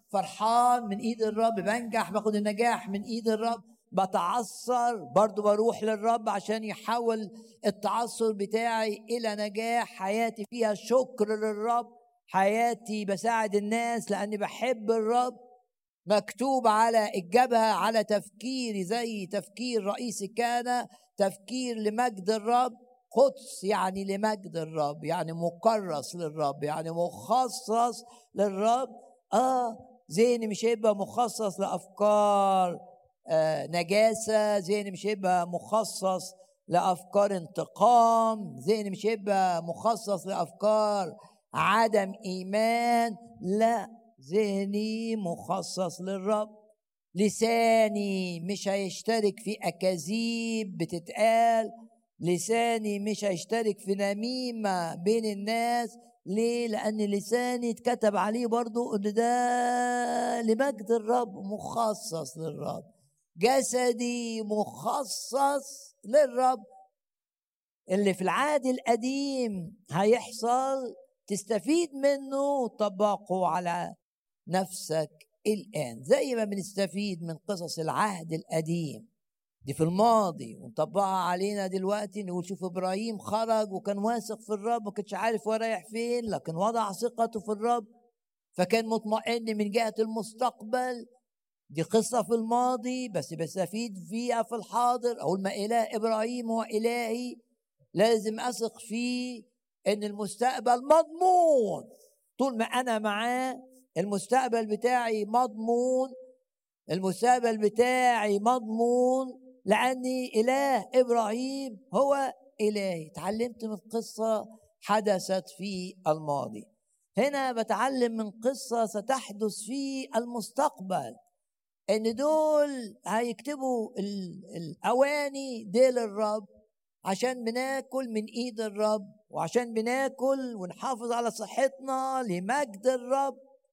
فرحان من ايد الرب، بنجح باخد النجاح من ايد الرب، بتعثر برضو بروح للرب عشان يحول التعثر بتاعي الى نجاح. حياتي فيها شكر للرب، حياتي بساعد الناس لاني بحب الرب. مكتوب على الجبهة على تفكيري زي تفكير رئيس كان تفكير لمجد الرب. قدس يعني لمجد الرب، يعني مكرس للرب، يعني مخصص للرب. ذهني مش هيبقى مخصص لأفكار نجاسة، ذهني مش هيبقى مخصص لأفكار انتقام، ذهني مش هيبقى مخصص لأفكار عدم إيمان، لا، ذهني مخصص للرب. لساني مش هيشترك في أكاذيب بتتقال، لساني مش هيشترك في نميمة بين الناس. ليه؟ لأن لساني اتكتب عليه برضو إن ده لمجد الرب، مخصص للرب. جسدي مخصص للرب. اللي في العهد القديم هيحصل تستفيد منه وتطبقه على نفسك الآن، زي ما بنستفيد من قصص العهد القديم دي في الماضي ونطبقها علينا دلوقتي. نقول شوف إبراهيم خرج وكان واثق في الرب، ما كانش عارف هو رايح فين، لكن وضع ثقته في الرب فكان مطمئن من جهة المستقبل. دي قصة في الماضي بس بستفيد فيها في الحاضر. أقول ما إله إبراهيم هو إلهي، لازم أثق فيه إن المستقبل مضمون. طول ما أنا معاه المستقبل بتاعي مضمون، المستقبل بتاعي مضمون، لأني إله إبراهيم هو إلهي. تعلمت من قصة حدثت في الماضي، هنا بتعلم من قصة ستحدث في المستقبل، إن دول هيكتبوا الأواني دي للرب عشان بناكل من إيد الرب، وعشان بناكل ونحافظ على صحتنا لمجد الرب.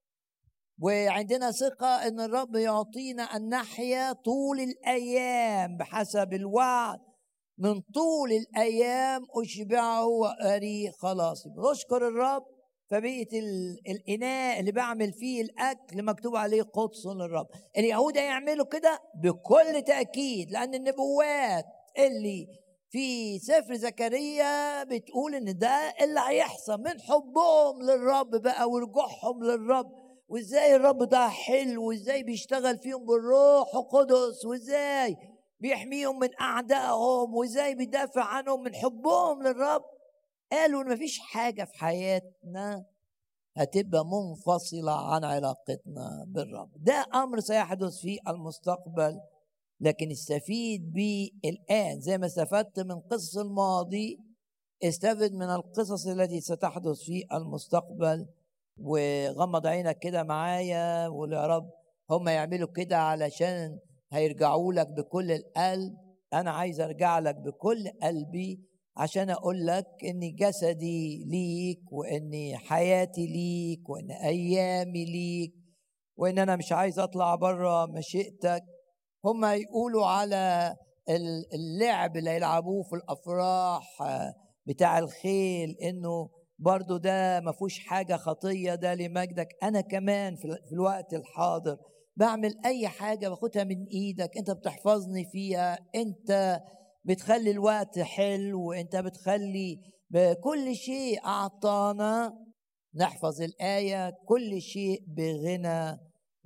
وعندنا ثقة ان الرب يعطينا ان نحيا طول الايام بحسب الوعد، من طول الايام اشبعه واري خلاصي. بشكر الرب. فبقيت الاناء اللي بعمل فيه الاكل مكتوب عليه قدس للرب. اليهود يعملوا كده بكل تاكيد، لان النبوات اللي في سفر زكريا بتقول ان ده اللي هيحصل من حبهم للرب بقى ورجوعهم للرب، وازاي الرب ده حلو، وازاي بيشتغل فيهم بالروح القدس، وازاي بيحميهم من اعدائهم، وازاي بيدافع عنهم من حبهم للرب. قالوا ان مفيش حاجه في حياتنا هتبقى منفصله عن علاقتنا بالرب. ده امر سيحدث في المستقبل، لكن استفيد بيه الان زي ما استفدت من قصص الماضي، استفد من القصص التي ستحدث في المستقبل. وغمض عينك كده معايا وقول يا رب هم يعملوا كده علشان هيرجعوا لك بكل القلب. انا عايز ارجع لك بكل قلبي عشان اقول لك ان جسدي ليك، وان حياتي ليك، وان ايامي ليك، وان انا مش عايز اطلع بره مشيئتك. هم يقولوا على اللعب اللي يلعبوه في الافراح بتاع الخيل انه برضو ده ما فيهوش حاجة خطية، ده لمجدك. أنا كمان في الوقت الحاضر بعمل أي حاجة باخدها من إيدك، أنت بتحفظني فيها، أنت بتخلي الوقت حلو، أنت بتخلي بكل شيء أعطانا. نحفظ الآية كل شيء بغنى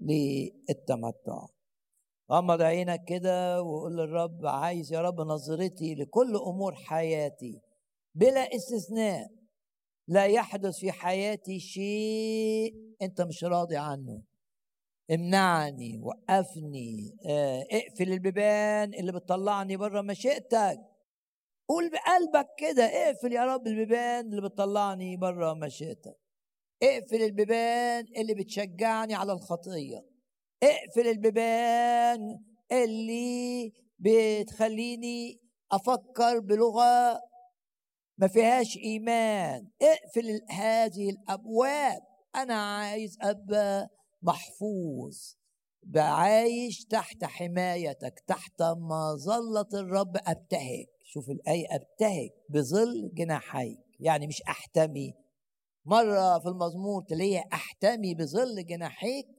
للتمتع. غمض عينك كده وقول للرب عايز يا رب نظرتي لكل أمور حياتي بلا استثناء لا يحدث في حياتي شيء أنت مش راضي عنه. امنعني، وقفني، اقفل البيبان اللي بتطلعني بره مشيئتك. قول بقلبك كده، اقفل يا رب البيبان اللي بتطلعني بره مشيئتك. اقفل البيبان اللي بتشجعني على الخطية. اقفل البيبان اللي بتخليني أفكر بلغة ما فيهاش إيمان. اقفل هذه الأبواب. أنا عايز أبقى محفوظ، بعايش تحت حمايتك، تحت مظلة الرب أبتهج. شوف الآية، أبتهج بظل جناحيك، يعني مش أحتمي. مرة في المزمور تلاقيها أحتمي بظل جناحيك،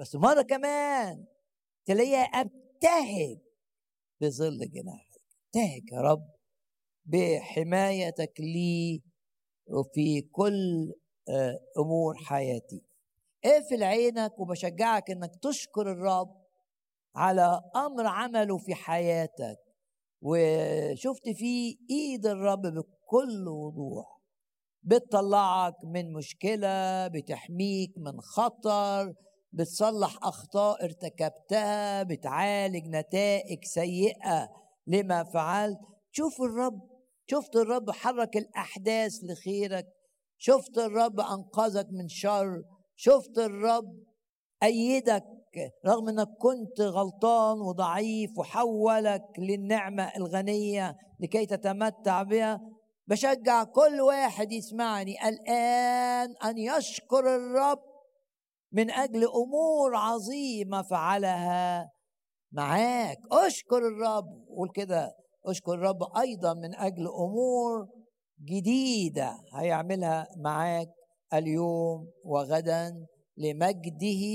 بس مرة كمان تلاقيها ابتهج بظل جناحك. ابتهج يا رب بحمايتك لي وفي كل امور حياتي. اقفل عينك وبشجعك انك تشكر الرب على امر عمله في حياتك، وشفت فيه ايد الرب بكل وضوح، بتطلعك من مشكلة، بتحميك من خطر، بتصلح أخطاء ارتكبتها، بتعالج نتائج سيئة لما فعلت. شفت الرب حرك الأحداث لخيرك، شفت الرب أنقذك من شر، شفت الرب أيدك رغم أنك كنت غلطان وضعيف وحولك للنعمة الغنية لكي تتمتع بها. بشجع كل واحد يسمعني الآن أن يشكر الرب من أجل أمور عظيمة فعلها معاك. أشكر الرب، قول كده، أشكر الرب أيضا من أجل أمور جديدة هيعملها معاك اليوم وغدا لمجده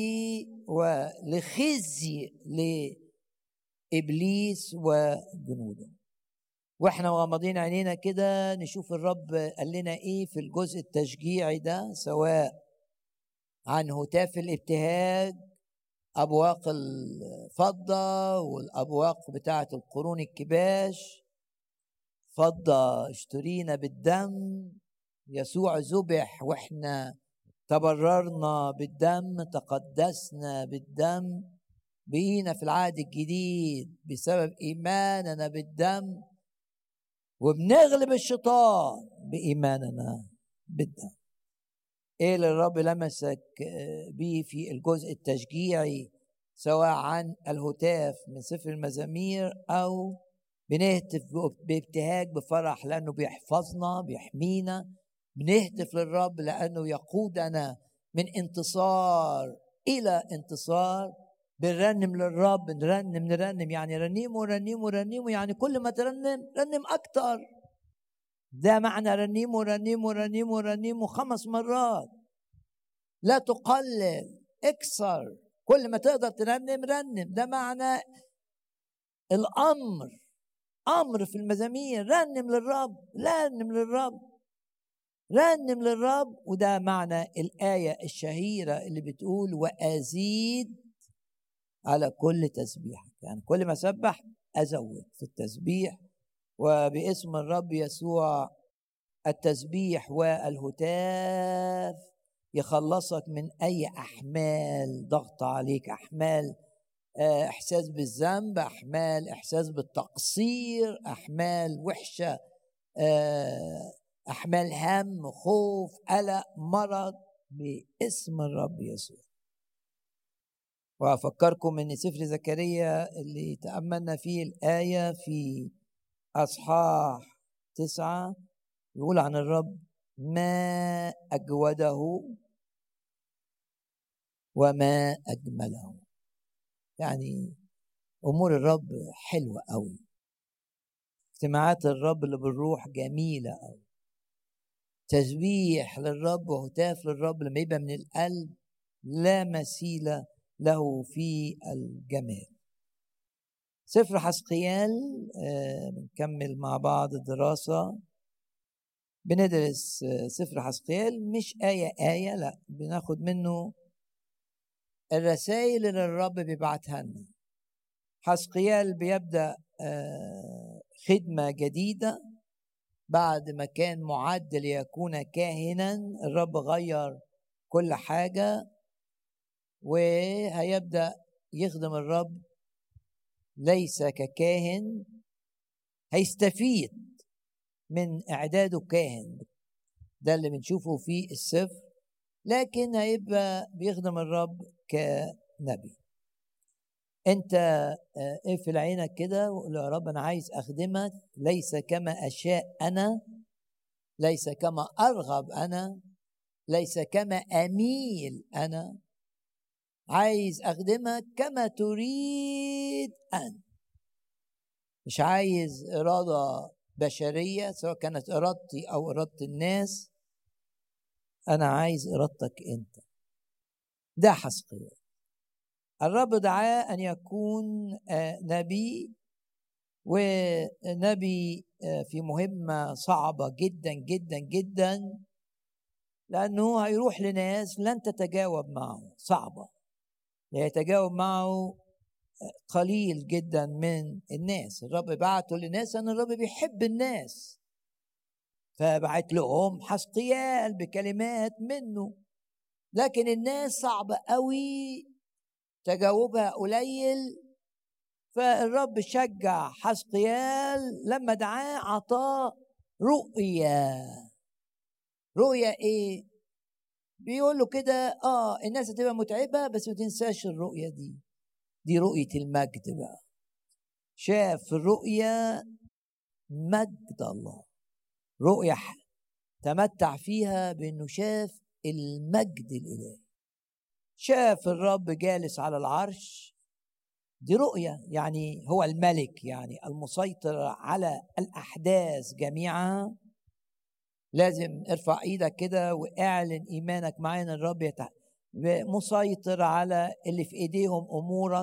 ولخزي لإبليس وجنوده. واحنا مغمضين عينينا كده نشوف الرب قال لنا ايه في الجزء التشجيعي ده، سواء عن هتاف الابتهاج، ابواق الفضة والابواق بتاعة القرون الكباش. فضة اشترينا بالدم، يسوع ذبح واحنا تبررنا بالدم، تقدسنا بالدم، بقينا في العهد الجديد بسبب ايماننا بالدم، وبنغلب الشيطان بإيماننا بالدم. ايه اللي الرب لمسك بيه في الجزء التشجيعي، سواء عن الهتاف من سفر المزامير او بنهتف بابتهاج بفرح لانه بيحفظنا بيحمينا، بنهتف للرب لانه يقودنا من انتصار الى انتصار، بنرنم للرب، نرنم يعني رنيمه يعني كل ما ترنم رنم اكتر. ده معنى رنيمه 5 مرات، لا تقلل، اكسر، كل ما تقدر ترنم رنم. ده معنى الامر، امر في المزامير، رنم للرب. وده معنى الآية الشهيرة اللي بتقول وأزيد على كل تسبيح، يعني كل ما سبح أزود في التسبيح. وباسم الرب يسوع التسبيح والهتاف يخلصك من أي أحمال ضغط عليك، أحمال إحساس بالذنب، أحمال إحساس بالتقصير، أحمال وحشة، أحمال هم، خوف، قلق، مرض، باسم الرب يسوع. وأفكركم أن سفر زكريا اللي تأملنا فيه الآية في أصحاح 9 يقول عن الرب ما أجوده وما أجمله. يعني أمور الرب حلوة أوي، اجتماعات الرب اللي بالروح جميلة أوي، تسبيح للرب وهتاف للرب لما يبقى من القلب لا مثيل له في الجمال. سفر حزقيال بنكمل مع بعض الدراسة، بندرس سفر حزقيال مش آية لا، بناخد منه الرسائل اللي الرب بيبعتها لنا. حزقيال بيبدأ خدمة جديدة بعد ما كان معد ليكون كاهنا. الرب غير كل حاجة وهيبدأ يخدم الرب ليس ككاهن، هيستفيد من إعداده كاهن، ده اللي بنشوفه في السفر، لكن هيبقى بيخدم الرب كنبي. انت اقفل عينك كده وقول يا رب انا عايز اخدمك ليس كما اشاء انا، ليس كما ارغب انا، ليس كما اميل انا، عايز اخدمك كما تريد انت. مش عايز اراده بشريه سواء كانت ارادتي او اراده الناس، انا عايز ارادتك انت. ده حزقيال. الرب دعاه أن يكون نبي، ونبي في مهمة صعبة جدا جدا جدا، لأنه هيروح لناس لن تتجاوب معه، صعبة يتجاوب معه قليل جدا من الناس. الرب بعته لناس أن الرب بيحب الناس، فبعت لهم حسقيال بكلمات منه، لكن الناس صعبة قوي تجاوبها قليل. فالرب شجع حسقيال لما دعاه، عطاه رؤية. رؤية ايه؟ بيقول له كده الناس هتبقى متعبة بس ما تنساش الرؤية دي رؤية المجد بقى. شاف في الرؤية مجد الله، رؤية تمتع فيها بأنه شاف المجد الإلهي، شاف الرب جالس على العرش. دي رؤية، يعني هو الملك، يعني المسيطر على الأحداث جميعها. لازم ارفع ايدك كده واعلن ايمانك معايا ان الرب مسيطر على اللي في ايديهم امورك.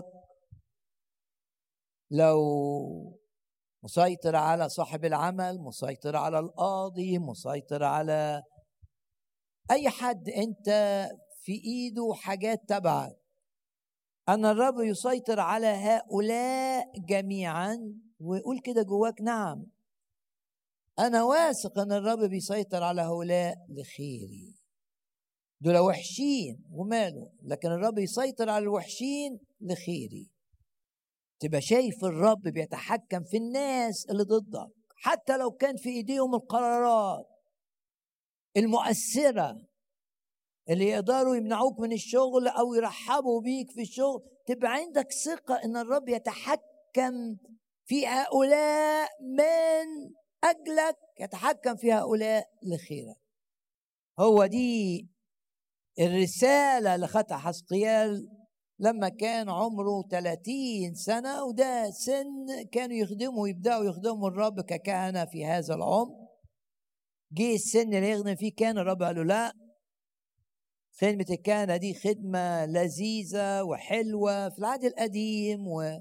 لو مسيطر على صاحب العمل، مسيطر على القاضي، مسيطر على اي حد انت في ايده حاجات تبعك، ان الرب يسيطر على هؤلاء جميعا. وقول كده جواك: نعم، انا واثق ان الرب بيسيطر على هؤلاء لخيري. دول وحشين وماله، لكن الرب يسيطر على الوحشين لخيري. تبقى شايف الرب بيتحكم في الناس اللي ضدك، حتى لو كان في ايديهم القرارات المؤثرة اللي يقدروا يمنعوك من الشغل او يرحبوا بيك في الشغل. تبقى عندك ثقة ان الرب يتحكم في هؤلاء من اجلك، يتحكم في هؤلاء لخيرك. هو دي الرسالة اللي خدها حسقيال لما كان عمره 30 سنة، وده سن كانوا يبدأوا يخدموا الرب ككهنة في هذا العمر. جه السن اللي يخدم فيه كان الرب قال له: لا، خدمة الكهنة دي خدمة لذيذة وحلوة في العهد القديم،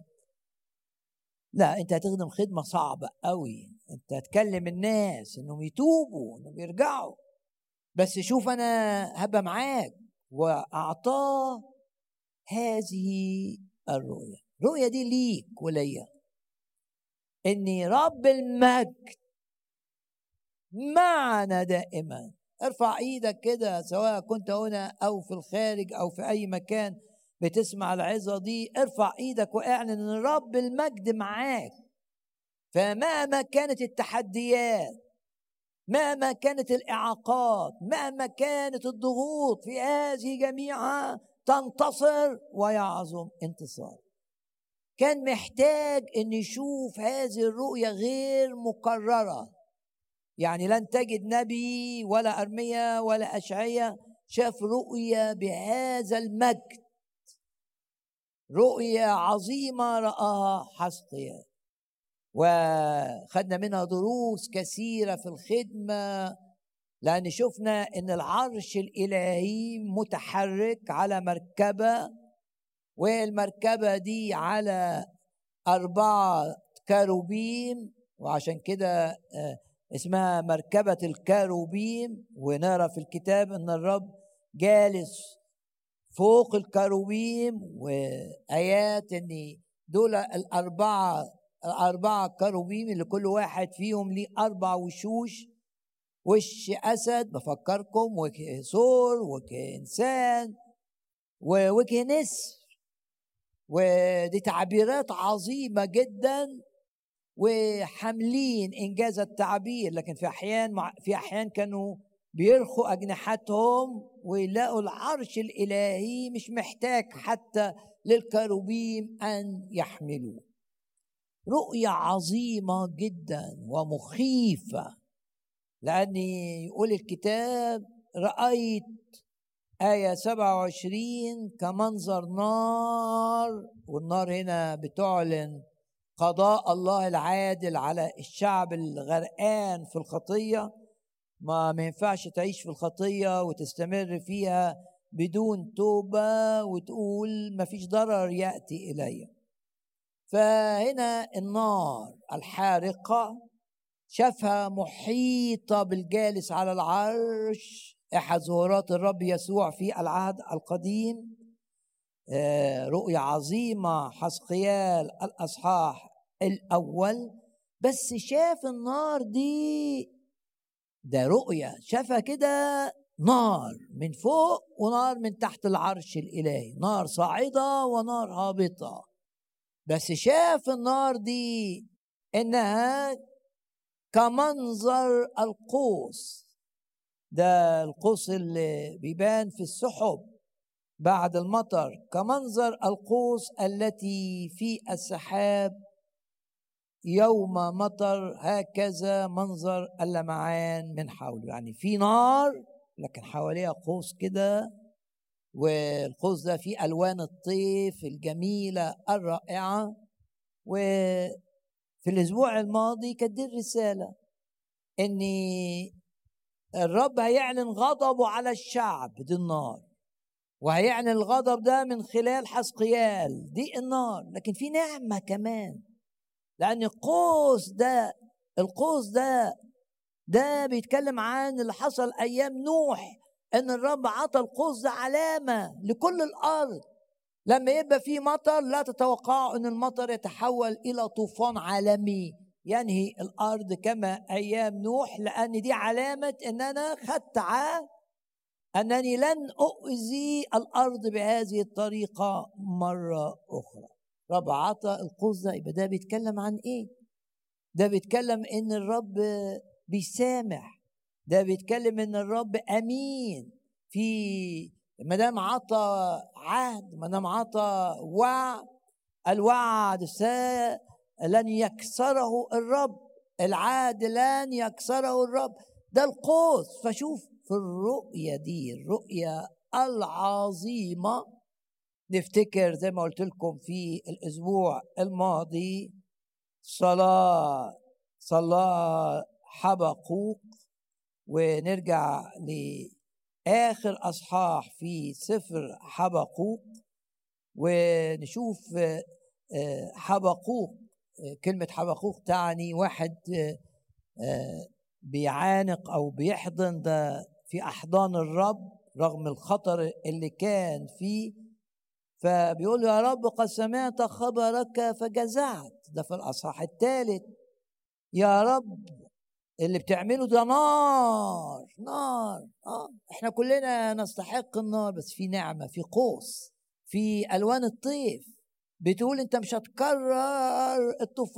لا، انت هتخدم خدمة صعبة قوي. انت هتكلم الناس انهم يتوبوا، انهم يرجعوا، بس شوف انا هبقى معاك. واعطاه هذه الرؤية دي ليك وليا، اني رب المجد معنا دائما. ارفع ايدك كده، سواء كنت هنا او في الخارج او في اي مكان بتسمع العظة دي، ارفع ايدك واعلن ان رب المجد معاك. فمهما كانت التحديات، مهما كانت الاعاقات، مهما كانت الضغوط، في هذه جميعها تنتصر ويعظم انتصار. كان محتاج ان يشوف هذه الرؤية غير مكررة، يعني لن تجد نبي ولا أرميا ولا أشعيا شاف رؤية بهذا المجد. رؤية عظيمة رآها حسقيال، وخدنا منها دروس كثيرة في الخدمة، لأن شفنا أن العرش الإلهي متحرك على مركبة، والمركبة دي على 4 كاروبيم، وعشان كده اسمها مركبة الكاروبيم. ونرى في الكتاب أن الرب جالس فوق الكاروبيم، وآيات أن دول الأربعة كاروبيم اللي كل واحد فيهم ليه 4 وشوش: وش أسد بفكركم، وجه ثور، وجه إنسان، ووجه نسر. ودي تعبيرات عظيمة جدا، وحاملين إنجاز التعبير. لكن في أحيان كانوا بيرخوا أجنحتهم ويلاقوا العرش الإلهي مش محتاج حتى للكروبيم أن يحملوه. رؤية عظيمة جدا ومخيفة، لأن يقول الكتاب: رأيت آية 27 كمنظر نار، والنار هنا بتعلن قضاء الله العادل على الشعب الغرقان في الخطية. ما ينفعش تعيش في الخطية وتستمر فيها بدون توبة وتقول مفيش ضرر يأتي إلي. فهنا النار الحارقة شافها محيطة بالجالس على العرش، أحد ظهورات الرب يسوع في العهد القديم. رؤية عظيمة، حزقيال الأصحاح الأول. بس شاف النار دي، ده رؤية شافها كده، نار من فوق ونار من تحت العرش الإلهي، نار صاعدة ونار هابطة. بس شاف النار دي إنها كمنظر القوس، ده القوس اللي بيبان في السحب بعد المطر، كمنظر القوس التي في السحاب يوم مطر، هكذا منظر اللمعان من حوله. يعني في نار لكن حواليها قوس كده، والقوس ده فيه ألوان الطيف الجميلة الرائعة. وفي الأسبوع الماضي كانت دي الرسالة، إن الرب هيعلن غضبه على الشعب، دي النار، وهيعلن الغضب ده من خلال حزقيال، دي النار. لكن في نعمة كمان، لأن القوس ده بيتكلم عن اللي حصل أيام نوح، إن الرب عطى القوس ده علامة لكل الأرض. لما يبقى في مطر لا تتوقعوا أن المطر يتحول إلى طوفان عالمي ينهي الأرض كما أيام نوح، لأن دي علامة أن أنا خدت عهد أنني لن أؤذي الأرض بهذه الطريقة مرة أخرى. رب عطى القوس ده، يبقى ده بيتكلم عن إيه؟ ده بيتكلم إن الرب بيسامح، ده بيتكلم إن الرب أمين. في مدام عطى عهد، مدام عطى وعد، الوعد لن يكسره الرب، العهد لن يكسره الرب، ده القوس. فشوف في الرؤية دي، الرؤية العظيمة، نفتكر زي ما قلت لكم في الأسبوع الماضي صلاة حبقوق، ونرجع لآخر أصحاح في سفر حبقوق ونشوف حبقوق. كلمة حبقوق تعني واحد بيعانق أو بيحضن، ده في أحضان الرب رغم الخطر اللي كان فيه. فبيقول له يا رب قد سمعت خبرك فجزعت، ده في الأصحاح الثالث. يا رب اللي بتعمله ده نار نار، احنا كلنا نستحق النار، بس في نعمة، في قوس، في ألوان الطيف. بتقول انت مش هتكرر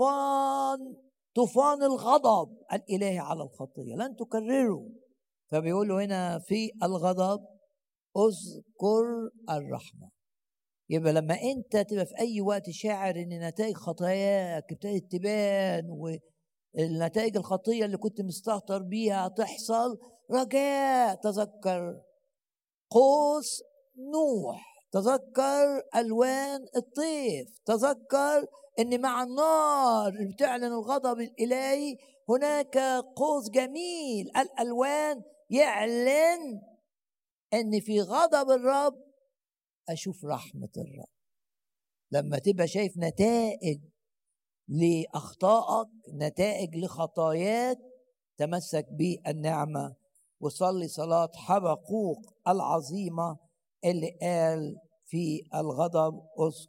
طوفان الغضب الإلهي على الخطية، لن تكرره. فبيقول له هنا في الغضب اذكر الرحمة. يبقى لما انت تبقى في اي وقت شاعر ان نتائج خطاياك ابتدت تبان، والنتائج الخطية اللي كنت مستهتر بيها تحصل، رجاء تذكر قوس نوح، تذكر ألوان الطيف، تذكر ان مع النار اللي بتعلن الغضب الإلهي هناك قوس جميل الألوان يعلن ان في غضب الرب أشوف رحمة الرب. لما تبقى شايف نتائج لأخطائك، نتائج لخطاياك، تمسك بالنعمة وصلي صلاة حبقوق العظيمة اللي قال في الغضب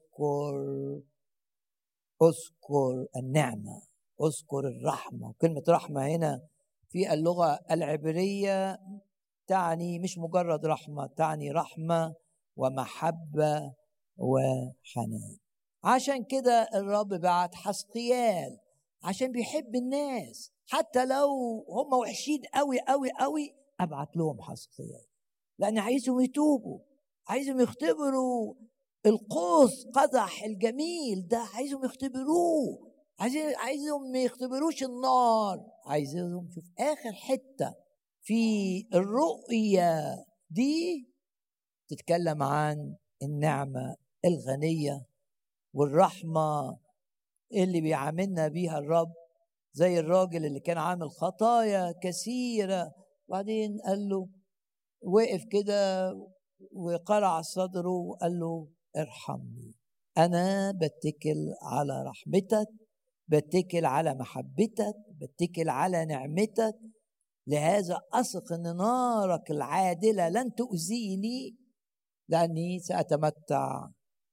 اذكر النعمة، اذكر الرحمة. كلمة رحمة هنا في اللغة العبرية تعني مش مجرد رحمة، تعني رحمة ومحبة وحنان. عشان كده الرب بعت حزقيال عشان بيحب الناس، حتى لو هم وحشين قوي قوي قوي ابعت لهم حزقيال، لان عايزهم يتوبوا، عايزهم يختبروا القوس قدح الجميل ده، عايزهم يختبروه، عايزهم ما يختبروش النار، عايزهم. شوف اخر حته في الرؤية دي تتكلم عن النعمة الغنية والرحمة اللي بيعاملنا بيها الرب، زي الراجل اللي كان عامل خطايا كثيرة، وبعدين قال له، وقف كده وقرع صدره وقال له ارحمني، أنا بتكل على رحمتك، بتكل على محبتك، بتكل على نعمتك، لهذا أثق أن نارك العادلة لن تؤذيني لأني سأتمتع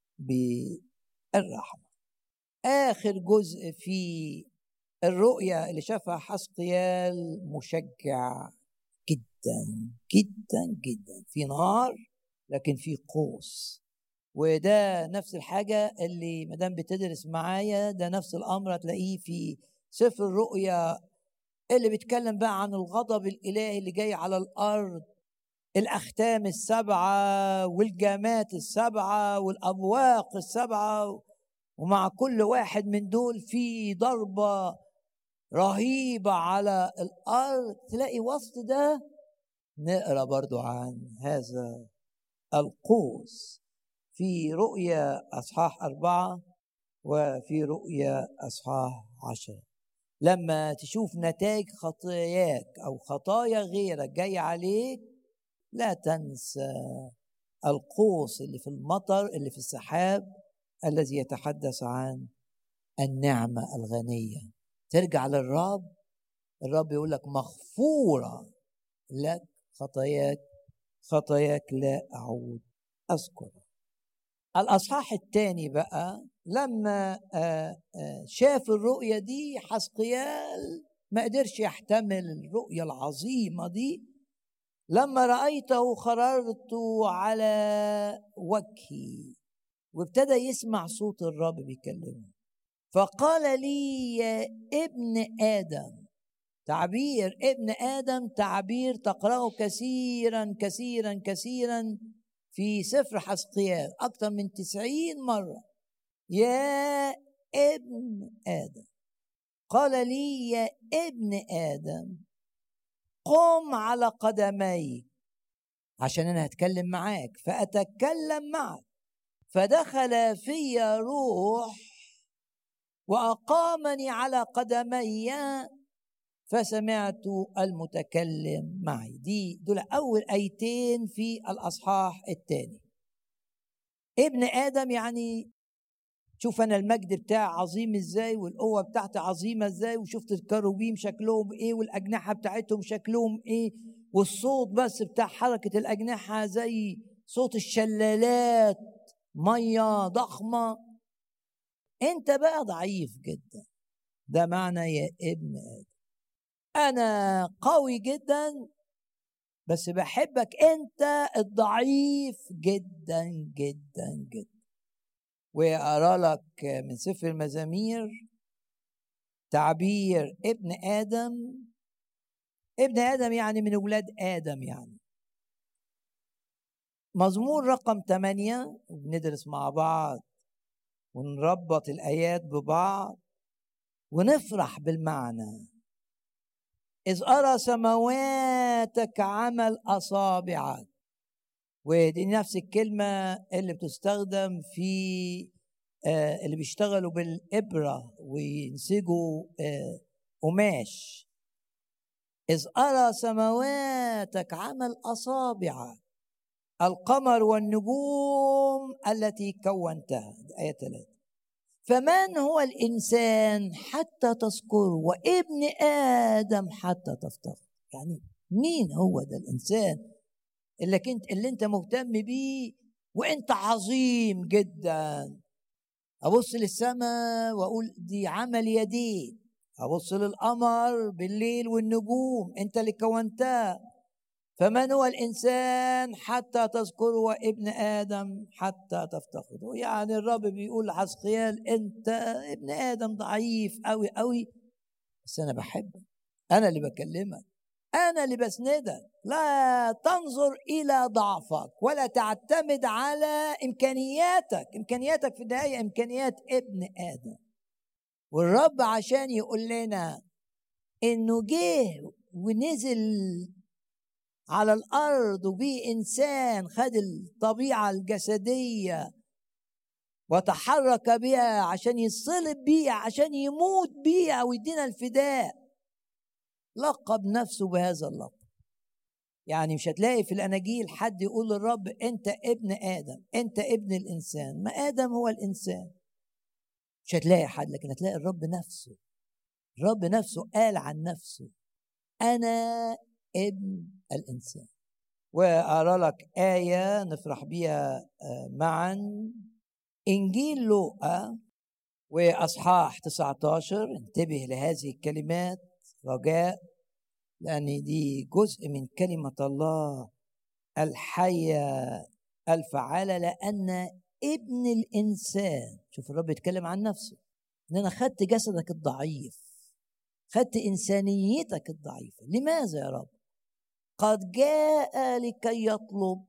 بالرحمة. آخر جزء في الرؤية اللي شافها حسقيال مشجع جدا جدا جدا. في نار لكن في قوس، وده نفس الحاجة اللي مدام بتدرس معايا ده نفس الأمر هتلاقيه في سفر الرؤيا اللي بيتكلم بقى عن الغضب الإلهي اللي جاي على الأرض، الأختام السبعة والجامات السبعة والأبواق السبعة، ومع كل واحد من دول في ضربة رهيبة على الأرض. تلاقي وسط ده نقرأ برضو عن هذا القوس في رؤيا أصحاح 4 وفي رؤيا أصحاح 10. لما تشوف نتائج خطاياك أو خطايا غيرك جاي عليك لا تنسى القوس اللي في المطر اللي في السحاب الذي يتحدث عن النعمة الغنية. ترجع للرب، الرب يقول لك مغفورة لك خطاياك، خطاياك لا أعود أذكر. الأصحاح الثاني بقى لما شاف الرؤية دي حسقيال ما قدرش يحتمل الرؤية العظيمة دي. لما رأيته خررت على وجهي، وابتدى يسمع صوت الرب بيكلمه، فقال لي يا ابن آدم. تعبير ابن آدم تعبير تقرأه كثيرا كثيرا كثيرا في سفر حسقيال أكثر من 90 مرة. يا ابن آدم، قال لي يا ابن آدم قم على قدميك عشان أنا هتكلم معاك فأتكلم معك. فدخل في روح وأقامني على قدمي فسمعت المتكلم معي. دول أول آيتين في الأصحاح الثاني. ابن آدم يعني شوف أنا المجد بتاعي عظيم إزاي، والقوة بتاعتي عظيمة إزاي، وشفت الكروبيم شكلهم إيه، والأجنحة بتاعتهم شكلهم إيه، والصوت بس بتاع حركة الأجنحة زي صوت الشلالات، مية ضخمة. أنت بقى ضعيف جدا. ده معنى يا ابن آدم، أنا قوي جدا بس بحبك أنت الضعيف جدا جدا جدا. وأقرأ لك من سفر المزامير تعبير ابن آدم. ابن آدم يعني من أولاد آدم يعني. مزمور رقم 8 وبندرس مع بعض ونربط الآيات ببعض ونفرح بالمعنى. إذ أرى سماواتك عمل أصابعك. ودي نفس الكلمة اللي بتستخدم في اللي بيشتغلوا بالإبرة وينسجوا قماش. إذ أرى سماواتك عمل أصابعك، القمر والنجوم التي كونتها. آية 3. فمن هو الإنسان حتى تذكره، وابن آدم حتى تفتقد. يعني مين هو ده الإنسان اللي انت مهتم بيه وانت عظيم جدا؟ ابص للسماء واقول دي عمل يديك، ابص للقمر بالليل والنجوم انت اللي كونتها. فمن هو الانسان حتى تذكره، وابن ادم حتى تفتقده. يعني الرب بيقول لحسقيال انت ابن ادم ضعيف قوي قوي، بس انا بحبك، انا اللي بكلمك، أنا اللي بسندك. لا تنظر إلى ضعفك ولا تعتمد على إمكانياتك. إمكانياتك في النهاية إمكانيات ابن آدم. والرب عشان يقول لنا إنه جه ونزل على الأرض وبيه إنسان، خد الطبيعة الجسدية وتحرك بها عشان يصلب بيها، عشان يموت بيها ويدينا الفداء. لقب نفسه بهذا اللقب. يعني مش هتلاقي في الأناجيل حد يقول للرب أنت ابن آدم، أنت ابن الإنسان، ما آدم هو الإنسان. مش هتلاقي حد، لكن هتلاقي الرب نفسه. الرب نفسه قال عن نفسه أنا ابن الإنسان. وأقرأ لك آية نفرح بيها معا. إنجيل لوقا وأصحاح 19. انتبه لهذه الكلمات رجاء، لأن دي جزء من كلمة الله الحية الفعالة. لأن ابن الإنسان، شوف الرب يتكلم عن نفسه، إن أنا خدت جسدك الضعيف، خدت إنسانيتك الضعيفة. لماذا يا رب؟ قد جاء لكي يطلب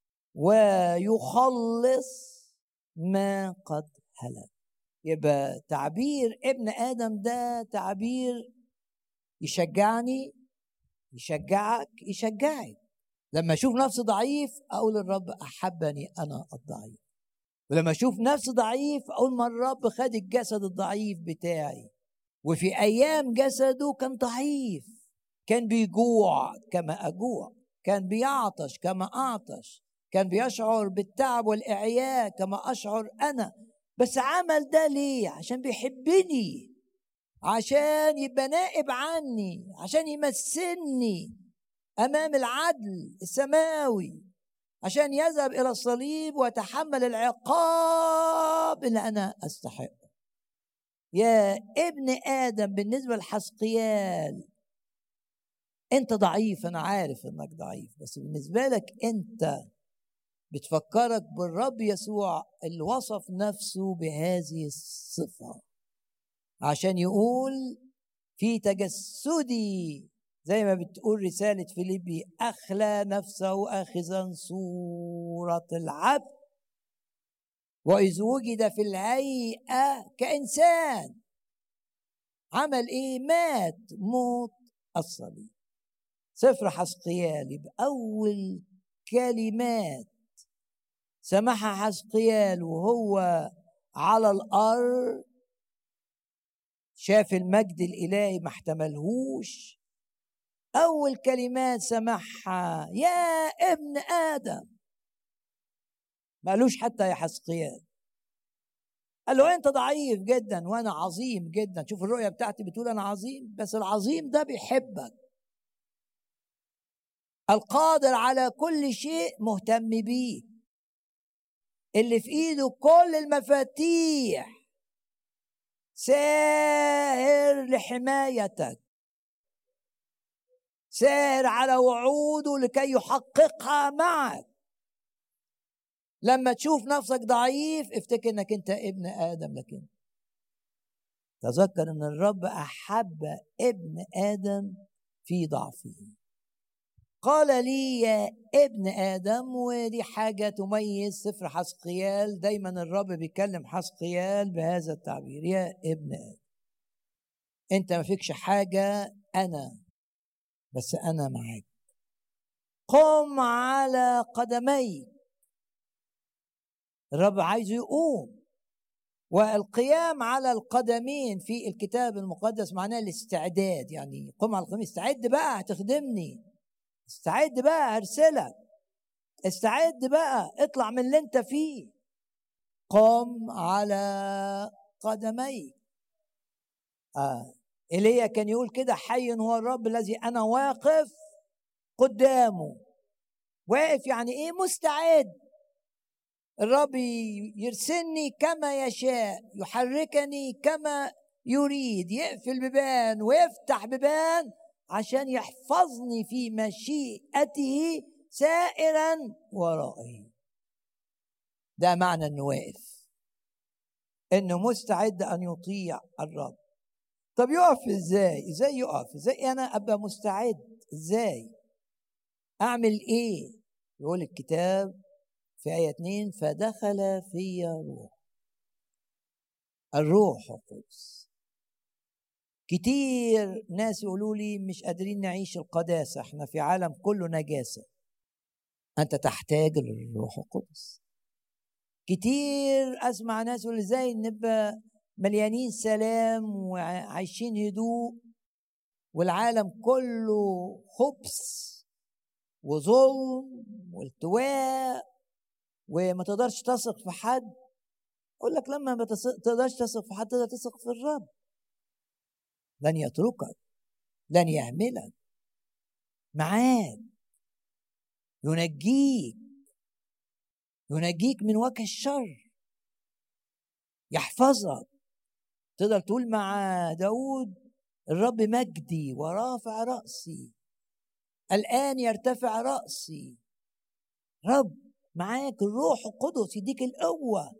ويخلص ما قد هلك. يبقى تعبير ابن آدم ده تعبير يشجعني، يشجعك، يشجعك. لما أشوف نفسي ضعيف أقول الرب أحبني أنا الضعيف. ولما أشوف نفسي ضعيف أقول ما الرب خد الجسد الضعيف بتاعي. وفي أيام جسده كان ضعيف، كان بيجوع كما أجوع، كان بيعطش كما أعطش، كان بيشعر بالتعب والإعياء كما أشعر أنا. بس عمل ده ليه؟ عشان بيحبني، عشان يبقى نائب عني، عشان يمثلني أمام العدل السماوي، عشان يذهب إلى الصليب ويتحمل العقاب اللي أنا أستحقه. يا ابن آدم، بالنسبة لحسقيال أنت ضعيف، أنا عارف أنك ضعيف، بس بالنسبة لك أنت بتفكرك بالرب يسوع اللي وصف نفسه بهذه الصفة، عشان يقول في تجسدي زي ما بتقول رسالة فيليبي أخلى نفسه آخذا صورة العبد، وإذ وجد في الهيئة كإنسان عمل إيه؟ مات موت الصليب. سفر حسقيال يبقى أول كلمات سمعها حسقيال وهو على الأرض، شاف المجد الإلهي ما احتملهوش. أول كلمات سمعها يا ابن آدم، ما قالوش حتى يا حسقيال، قال له أنت ضعيف جدا وأنا عظيم جدا. شوف الرؤية بتاعتي بتقول أنا عظيم، بس العظيم ده بيحبك، القادر على كل شيء مهتم بيه، اللي في ايده كل المفاتيح، ساهر لحمايتك، ساهر على وعوده لكي يحققها معك. لما تشوف نفسك ضعيف افتكر انك انت ابن آدم، لكن تذكر ان الرب احب ابن آدم في ضعفه. قال لي يا ابن آدم، ودي حاجة تميز سفر حسقيال، دايما الرب بيكلم حسقيال بهذا التعبير يا ابن آدم. انت ما فيكش حاجة، أنا بس أنا معاك. قم على قدميك. الرب عايزه يقوم، والقيام على القدمين في الكتاب المقدس معناه الاستعداد. يعني قم على القدمين، استعد بقى هتخدمني، استعد بقى هرسلك، استعد بقى اطلع من اللي انت فيه. قم على قدميك. إيليا كان يقول كده حي هو الرب الذي أنا واقف قدامه. واقف يعني إيه؟ مستعد. الرب يرسلني كما يشاء، يحركني كما يريد، يقفل بيبان ويفتح بيبان عشان يحفظني في مشيئته سائرا ورائه. ده معنى انه واقف، انه مستعد ان يطيع الرب. طب يقف ازاي؟ ازاي يقف؟ ازاي انا ابقى مستعد؟ ازاي اعمل ايه؟ يقول الكتاب في آية 2 فدخل في الروح القدس. كتير ناس يقولوا لي مش قادرين نعيش القداسة، احنا في عالم كله نجاسة. انت تحتاج للروح القدس. كتير اسمع ناس يقول ازاي نبقى مليانين سلام وعايشين هدوء والعالم كله خبث وظلم والتواء وما تقدرش تثق في حد. أقول لك لما ما تقدرش تثق في حد تقدر تثق في الرب. لن يتركك، لن يهملك، معاك، ينجيك من وجه الشر، يحفظك. تقدر تقول مع داود: الرب مجدي ورافع رأسي، الآن يرتفع رأسي. رب معاك، الروح القدس يديك القوة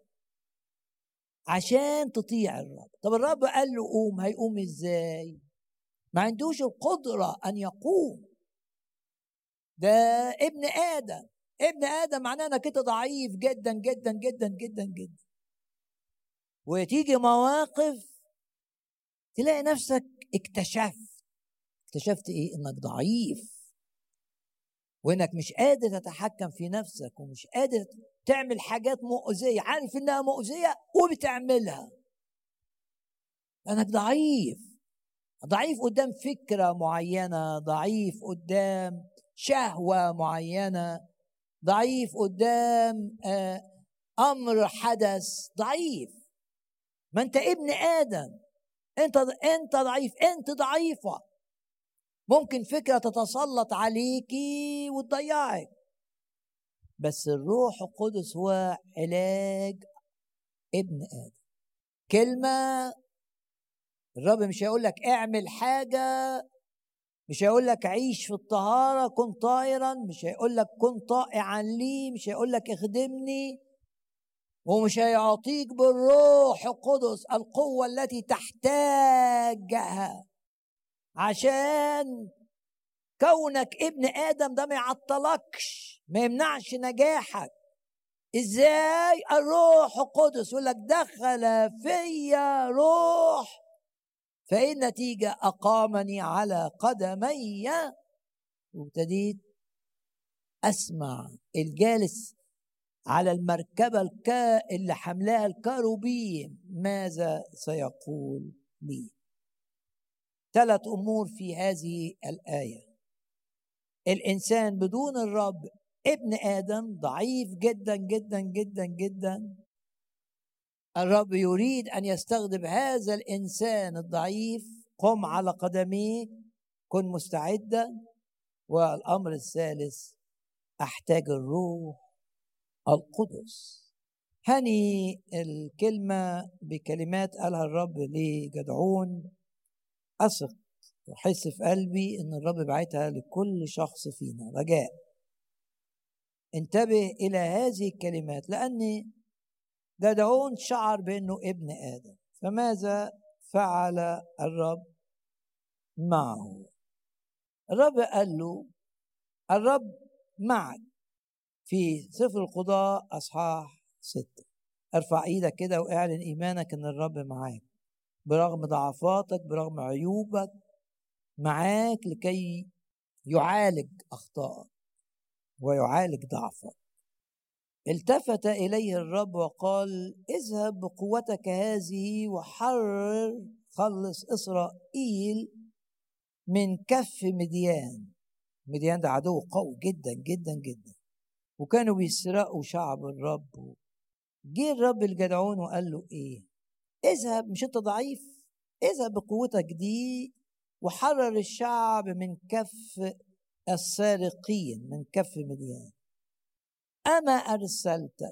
عشان تطيع الرب. طب الرب قال له قوم، هيقوم ازاي؟ ما عندوش القدرة أن يقوم. ده ابن آدم. ابن آدم معناه انك انت ضعيف جدا جدا جدا جدا جدا، وتيجي مواقف تلاقي نفسك اكتشفت ايه؟ انك ضعيف، وانك مش قادر تتحكم في نفسك، ومش قادر تعمل حاجات مؤذية، عارف انها مؤذية وبتعملها. انك ضعيف قدام فكرة معينة، ضعيف قدام شهوة معينة، ضعيف قدام امر حدث، ضعيف. ما انت ابن آدم، انت ضعيف، انت ضعيفة. ممكن فكرة تتسلط عليكي وتضيعك، بس الروح القدس هو علاج ابن آدم. كلمة، الرب مش هيقول لك اعمل حاجة، مش هيقول لك عيش في الطهارة، كن طائرا، مش هيقول لك كن طائعا لي، مش هيقول لك اخدمني، ومش هيعطيك بالروح القدس القوة التي تحتاجها عشان كونك ابن آدم. ده ما يعطلكش، ما يمنعش نجاحك. ازاي؟ الروح القدس يقول لك دخل فيا روح، فايه النتيجة؟ أقامني على قدمي، وابتديت أسمع الجالس على المركبة اللي حملها الكروبيم ماذا سيقول لي. 3 أمور في هذه الآية. الإنسان بدون الرب ابن آدم ضعيف جدا جدا جدا جدا. الرب يريد أن يستخدم هذا الإنسان الضعيف. قم على قدميك، كن مستعدا. والأمر الثالث: أحتاج الروح القدس. هني الكلمة بكلمات قالها الرب لجدعون، أثق وحس في قلبي إن الرب بعتها لكل شخص فينا. رجاء انتبه إلى هذه الكلمات، لأن جدعون شعر بأنه ابن آدم. فماذا فعل الرب معه؟ الرب قال له: الرب معك. في سفر القضاء أصحاح 6. ارفع ايدك كده واعلن ايمانك ان الرب معاك برغم ضعفاتك، برغم عيوبك، معاك لكي يعالج اخطائك ويعالج ضعفك. التفت اليه الرب وقال: اذهب بقوتك هذه وحرر، خلص اسرائيل من كف مديان. مديان ده عدو قوي جدا جدا جدا، وكانوا بيسرقوا شعب الرب. جه الرب لجدعون وقال له ايه؟ اذهب، مش انت ضعيف؟ اذهب بقوتك دي وحرر الشعب من كف السارقين، من كف مديان. اما ارسلتك.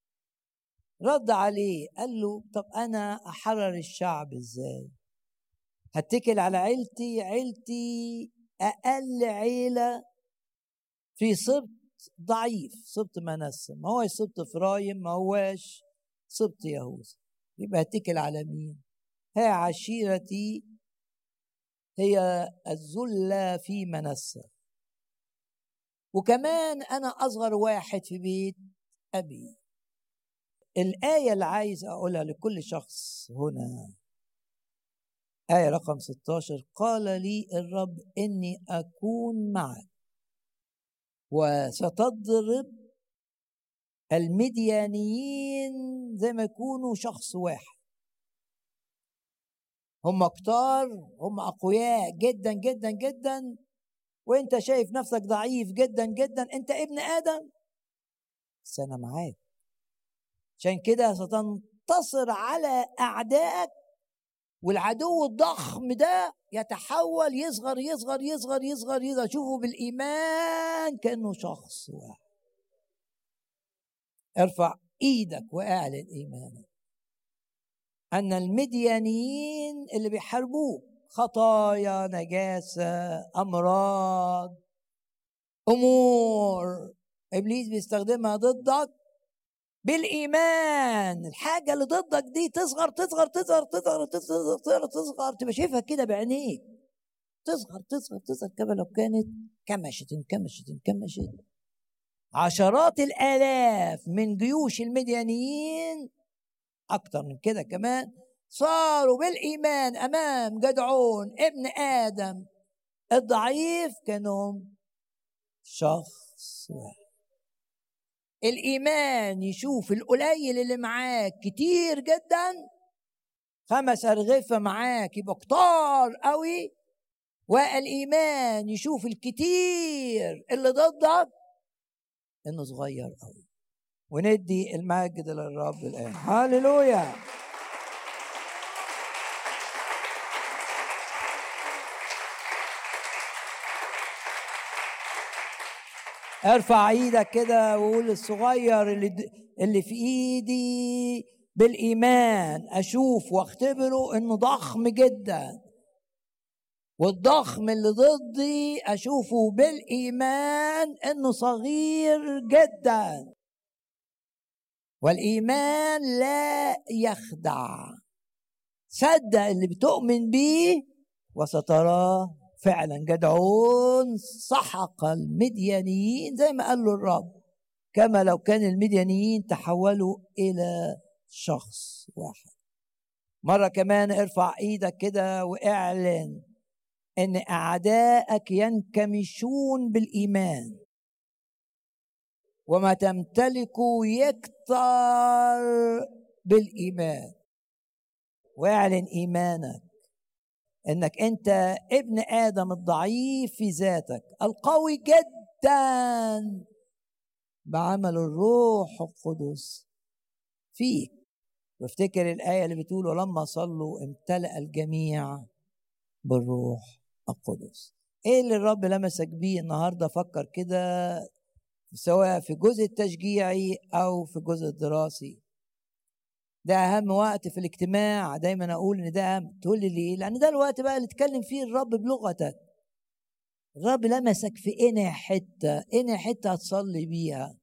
رد عليه قال له: طب انا احرر الشعب ازاي؟ هتكل على عيلتي اقل عيله في سبط ضعيف، سبط منسى، ما هو سبط افرايم، ما هواش سبط يهوذا. يبقى هتكل على مين؟ هي عشيرتي، هي الذلة في منسى، وكمان أنا أصغر واحد في بيت أبي. الآية اللي عايز أقولها لكل شخص هنا، آية رقم 16: قال لي الرب إني أكون معك وستضرب المديانيين زي ما يكونوا شخص واحد. هم كتار، هم أقوياء جدا جدا جدا، وانت شايف نفسك ضعيف جدا جدا، انت ابن آدم، بس انا معاك. عشان كده ستنتصر على أعدائك، والعدو الضخم ده يتحول يصغر يصغر يصغر يصغر يصغر. شوفوا بالإيمان كأنه شخص واحد. ارفع ايدك واعلن ايمانك ان المديانيين اللي بيحاربوك خطايا، نجاسة، امراض، امور ابليس بيستخدمها ضدك، بالايمان الحاجه اللي ضدك دي تصغر تصغر تصغر تصغر تصغر تصغر, تصغر. تبقى شايفها كده بعينيك، تصغر تصغر تصغر كما لو كانت كمشت انكمشت انكمشت. عشرات الالاف من جيوش المديانيين، اكتر من كده كمان، صاروا بالايمان امام جدعون ابن ادم الضعيف كانهم شخص واحد. الايمان يشوف القليل اللي معاك كتير جدا، 5 أرغفة معاك يبقى كتار قوي، والايمان يشوف الكتير اللي ضدك انه صغير قوي. وندي المجد للرب الان. هاليلويا. ارفع ايدك كده وقول الصغير اللي في ايدي بالايمان اشوف واختبره انه ضخم جدا، والضخم اللي ضدي اشوفه بالايمان انه صغير جدا. والايمان لا يخدع. صدق اللي بتؤمن بيه وستراه فعلا. جدعون سحق المديانيين زي ما قال له الرب، كما لو كان المديانيين تحولوا الى شخص واحد. مرة كمان ارفع ايدك كده واعلن ان اعدائك ينكمشون بالايمان، وما تمتلكه يكتر بالايمان. واعلن ايمانك انك انت ابن ادم الضعيف في ذاتك، القوي جدا بعمل الروح القدس فيك. وافتكر الايه اللي بتقول ولما صلوا امتلأ الجميع بالروح القدس. ايه اللي الرب لمسك بيه النهارده؟ فكر كده، سواء في الجزء التشجيعي او في الجزء الدراسي. ده اهم وقت في الاجتماع، دايما اقول ان ده اهم. تقول لي ليه؟ لان ده الوقت بقى اللي تتكلم فيه الرب بلغتك. الرب لمسك في انهي حته هتصلي بيها.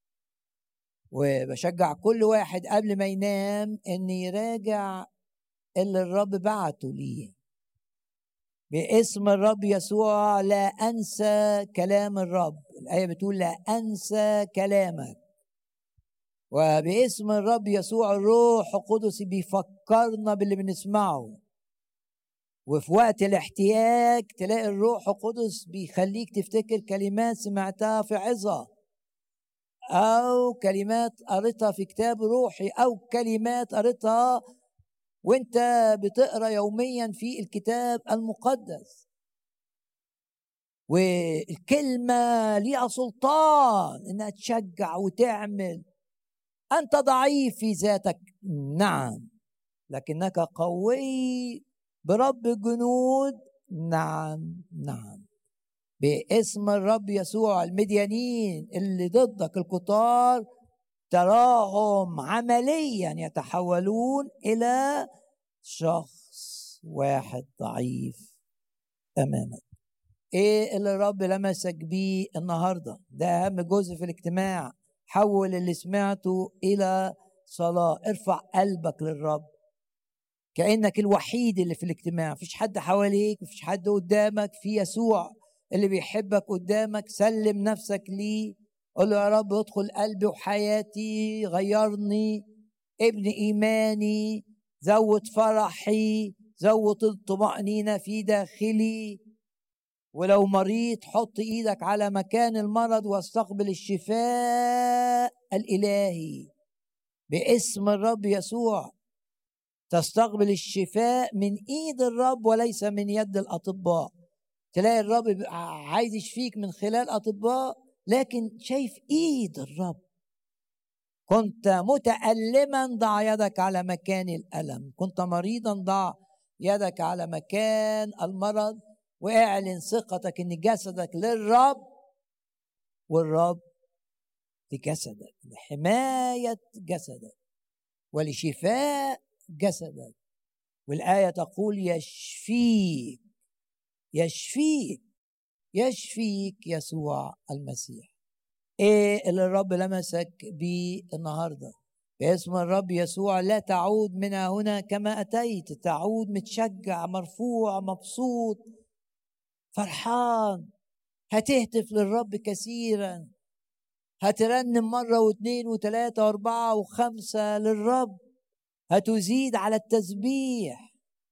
وبشجع كل واحد قبل ما ينام ان يراجع اللي الرب بعته ليه. باسم الرب يسوع لا انسى كلام الرب. الايه بتقول لا انسى كلامك. وباسم الرب يسوع الروح القدس بيفكرنا باللي بنسمعه، وفي وقت الاحتياج تلاقي الروح القدس بيخليك تفتكر كلمات سمعتها في عظة، أو كلمات قريتها في كتاب روحي، أو كلمات قريتها وانت بتقرأ يوميا في الكتاب المقدس. والكلمة ليها سلطان انها تشجع وتعمل. انت ضعيف في ذاتك، نعم، لكنك قوي برب الجنود، نعم نعم. باسم الرب يسوع المديانين اللي ضدك الكتار تراهم عمليا يتحولون الى شخص واحد ضعيف امامك. ايه اللي الرب لمسك بيه النهارده؟ ده اهم جزء في الاجتماع. حول اللي سمعته الى صلاة. ارفع قلبك للرب كأنك الوحيد اللي في الاجتماع، مفيش حد حواليك، مفيش حد قدامك، في يسوع اللي بيحبك قدامك. سلم نفسك ليه، قل له يا رب ادخل قلبي وحياتي، غيرني، ابن إيماني، زود فرحي، زود الطمأنينة في داخلي. ولو مريض حط ايدك على مكان المرض واستقبل الشفاء الإلهي باسم الرب يسوع. تستقبل الشفاء من ايد الرب وليس من يد الاطباء. تلاقي الرب عايز يشفيك من خلال أطباء، لكن شايف إيد الرب. كنت متألما، ضع يدك على مكان الألم. كنت مريضا، ضع يدك على مكان المرض، واعلن ثقتك ان جسدك للرب والرب لجسدك، لحماية جسدك ولشفاء جسدك. والآية تقول يشفيك يشفيك يشفيك يسوع المسيح. ايه اللي الرب لمسك بيه النهارده؟ باسم الرب يسوع لا تعود من هنا كما أتيت، تعود متشجع، مرفوع، مبسوط، فرحان. هتهتف للرب كثيرا، هترنم مرة واثنين وثلاثة واربعة وخمسة للرب، هتزيد على التسبيح،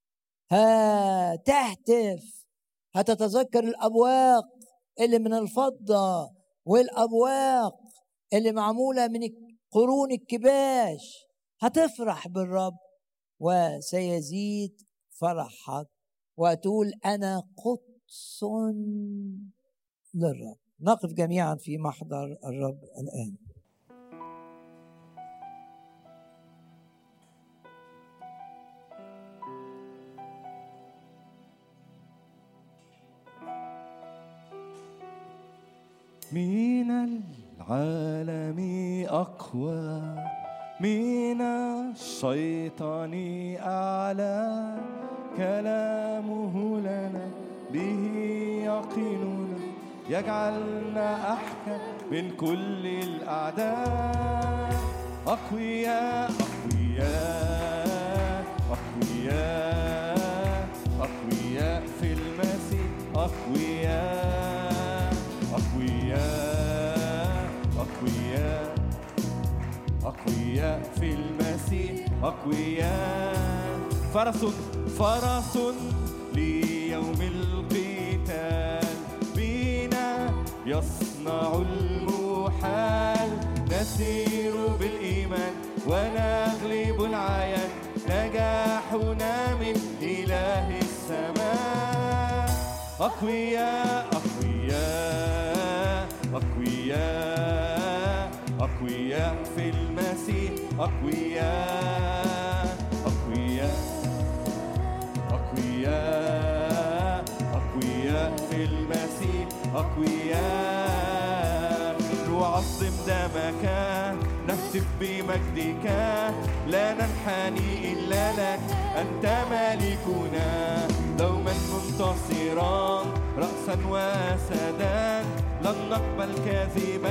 هتهتف، هتتذكر الأبواق اللي من الفضة والأبواق اللي معمولة من قرون الكباش. هتفرح بالرب وسيزيد فرحك وتقول أنا قدس للرب. نقف جميعا في محضر الرب الآن. من العالم أقوى، من الشيطان أعلى، كلامه لنا به يقيننا، يجعلنا أحكم من كل الأعداء. أقوياء أقوياء أقوياء أقوياء في المسيح، أقوياء أقوياء أقوياء أقوياء في المسيح، أقوياء. فرس ليوم القتال، بنا يصنع المحال، نسير بالإيمان ونغلب العيان، نجاحنا من إله السماء. أقوياء أقوياء أقوياء أقوياء في المسيح، أقوياء أقوياء أقوياء أقوياء في المسيح، أقوياء. نعظم دمك، نهتف بمجدك، لا ننحني إلا لك، أنت مالكنا دوما منتصرا، رأسا وسدا، لن نقبل كاذبا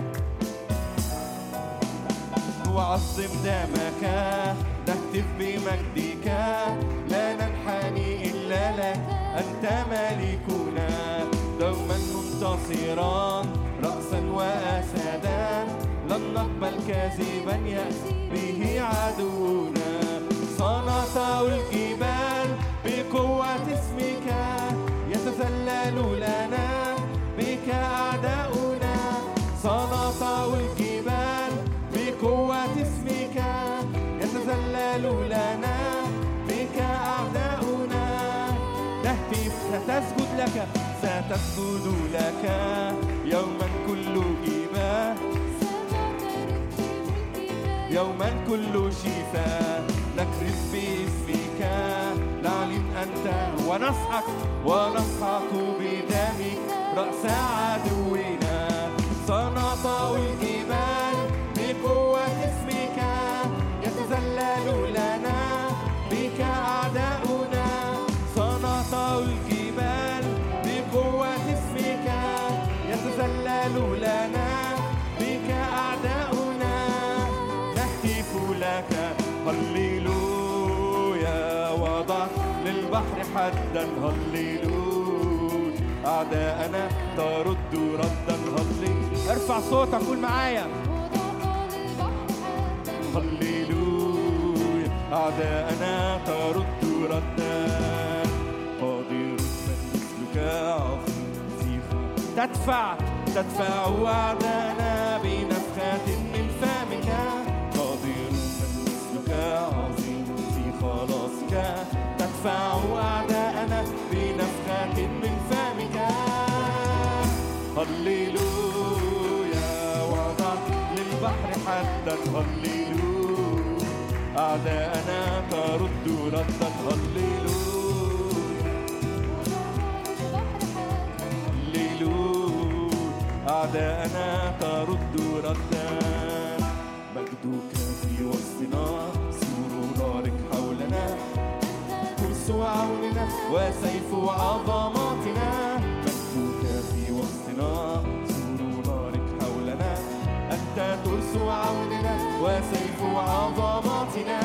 نعظم دمك، نهتف بمجدك، لا ننحني إلا لك، أنت مالكنا دوما منتصرا، رأسا وأسدا، لن نقبل كاذبا يأتي به عدونا. سنطأ الجبال بقوة اسمك، يتذلل لنا بك أعداؤنا. سنطأ الجبال بقوة اسمك، يتذلل لنا بك أعداؤنا. نهتف ستسجد لك، ستسجد لك يوما كل جبال، يوما كل شفاء، نكرز باسمك، نعلن أنت ونسحق بدمك رأس عدونا. سنطأ الجبال بقوة اسمك، يتذلل لنا بك أعداؤنا. سنطأ الجبال بقوة اسمك، يتذلل لنا بك أعداؤنا. نهتف لك هللويا، وضع للبحر حدا هللويا، أعداءنا ترد ردا هللويا. ارفع صوتك قول معايا هللويا، أعداءنا ترد ردا. قادر مثلك عظيم، تدفع أعداءنا بنفخات من فمك. قادر مثلك عظيم في خلاصك، تدفع أعداءنا بنفخات من فمك. هللويا وضع للبحر حدا هللويا أعداءنا ترد ردا هللويا هللويا أعداءنا ترد ردا مجدك في وسطنا سور نارك حولنا كرس عوننا وسيف عظماتنا مجدك في وسطنا سور نارك حولنا أنت ترس عوننا وسيف عظماتنا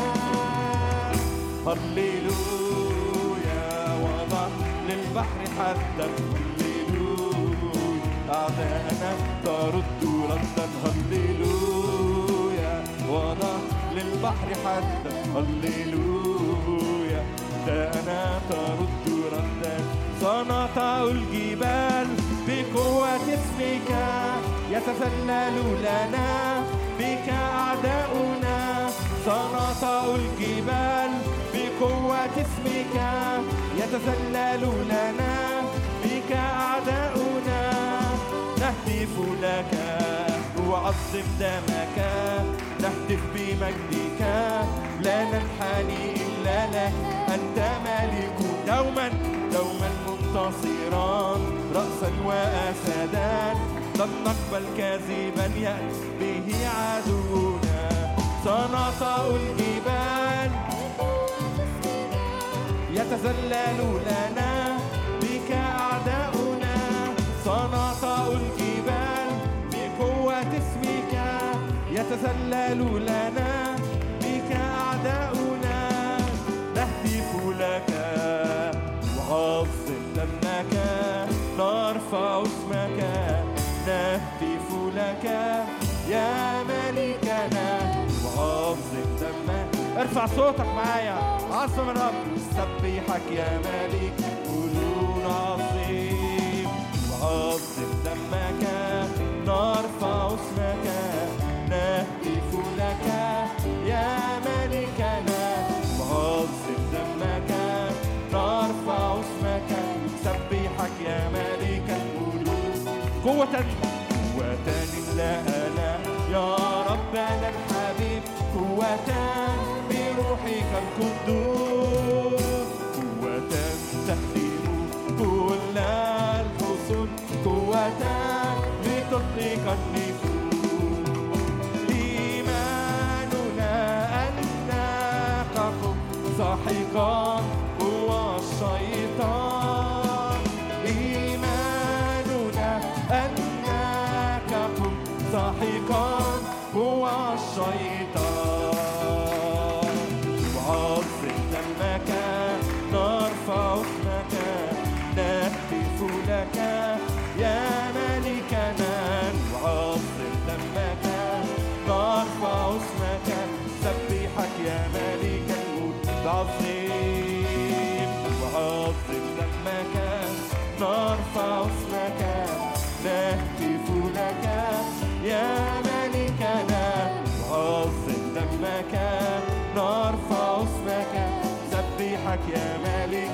هللويا وضع للبحر حدا هللويا أعداءنا ترد ردا هللويا وضع للبحر حدا هللويا أعداءنا ترد ردا سنطع الجبال بقوة اسمك يتذلل لنا بك أعداؤنا سنطع الجبال بقوة اسمك يتذلل لنا بك أعداؤنا نهتف لك نعظم دمك نهتف بمجدك لا ننحني إلا لك أنت ملك دوما دوما منتصرا رأسا وأسدا لن نقبل كاذبا يأتي به عدونا سنطأ الجبال يتذلل لنا بك أعداؤنا سنطأ الجبال بقوة اسمك يتذلل لنا بك أعداؤنا نهتف لك نعظم دمك نرفع اسمك نهتف لك يا ملكنا نعظم دمك ارفع صوتك معايا عظم الرب نسبحك يا ملك قولون عظيم نعظم دمك نرفع اسمك نهتف لك يا ملكنا نعظم دمك نرفع اسمك نسبحك يا ملك القلوب قوة لنا يا ربنا الحبيب قوة بروحك القدوس قوة تهدم كل الحصون قوة لتطلق النفوس إيماننا أنك قم ساحقا هو الشيطان إيماننا أنك قم ساحقا هو الشيطان نعظم دمك نرفع اسمك نهتف لك يا ملكنا نعظم دمك نرفع اسمك نسبحك يا ملك الملك العظيم نعظم دمك نرفع اسمك نهتف لك يا ملكنا نعظم دمك نرفع اسمك نسبحك يا ملك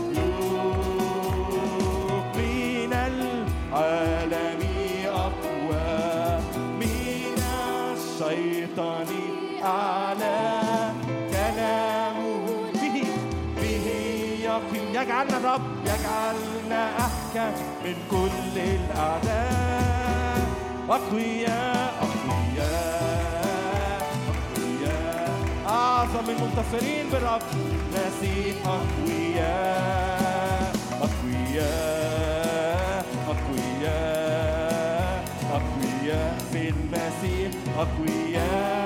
الملوك من العالم أقوى من الشيطان أعلى كلامه به يقين يجعلنا الرب يجعلنا أحكم من كل الأعداء أقوياء أقوياء أقوياء أعظم المنتصرين بالرب نسيح أقوياء أقوياء أقوياء أقوياء في المسيح أقوياء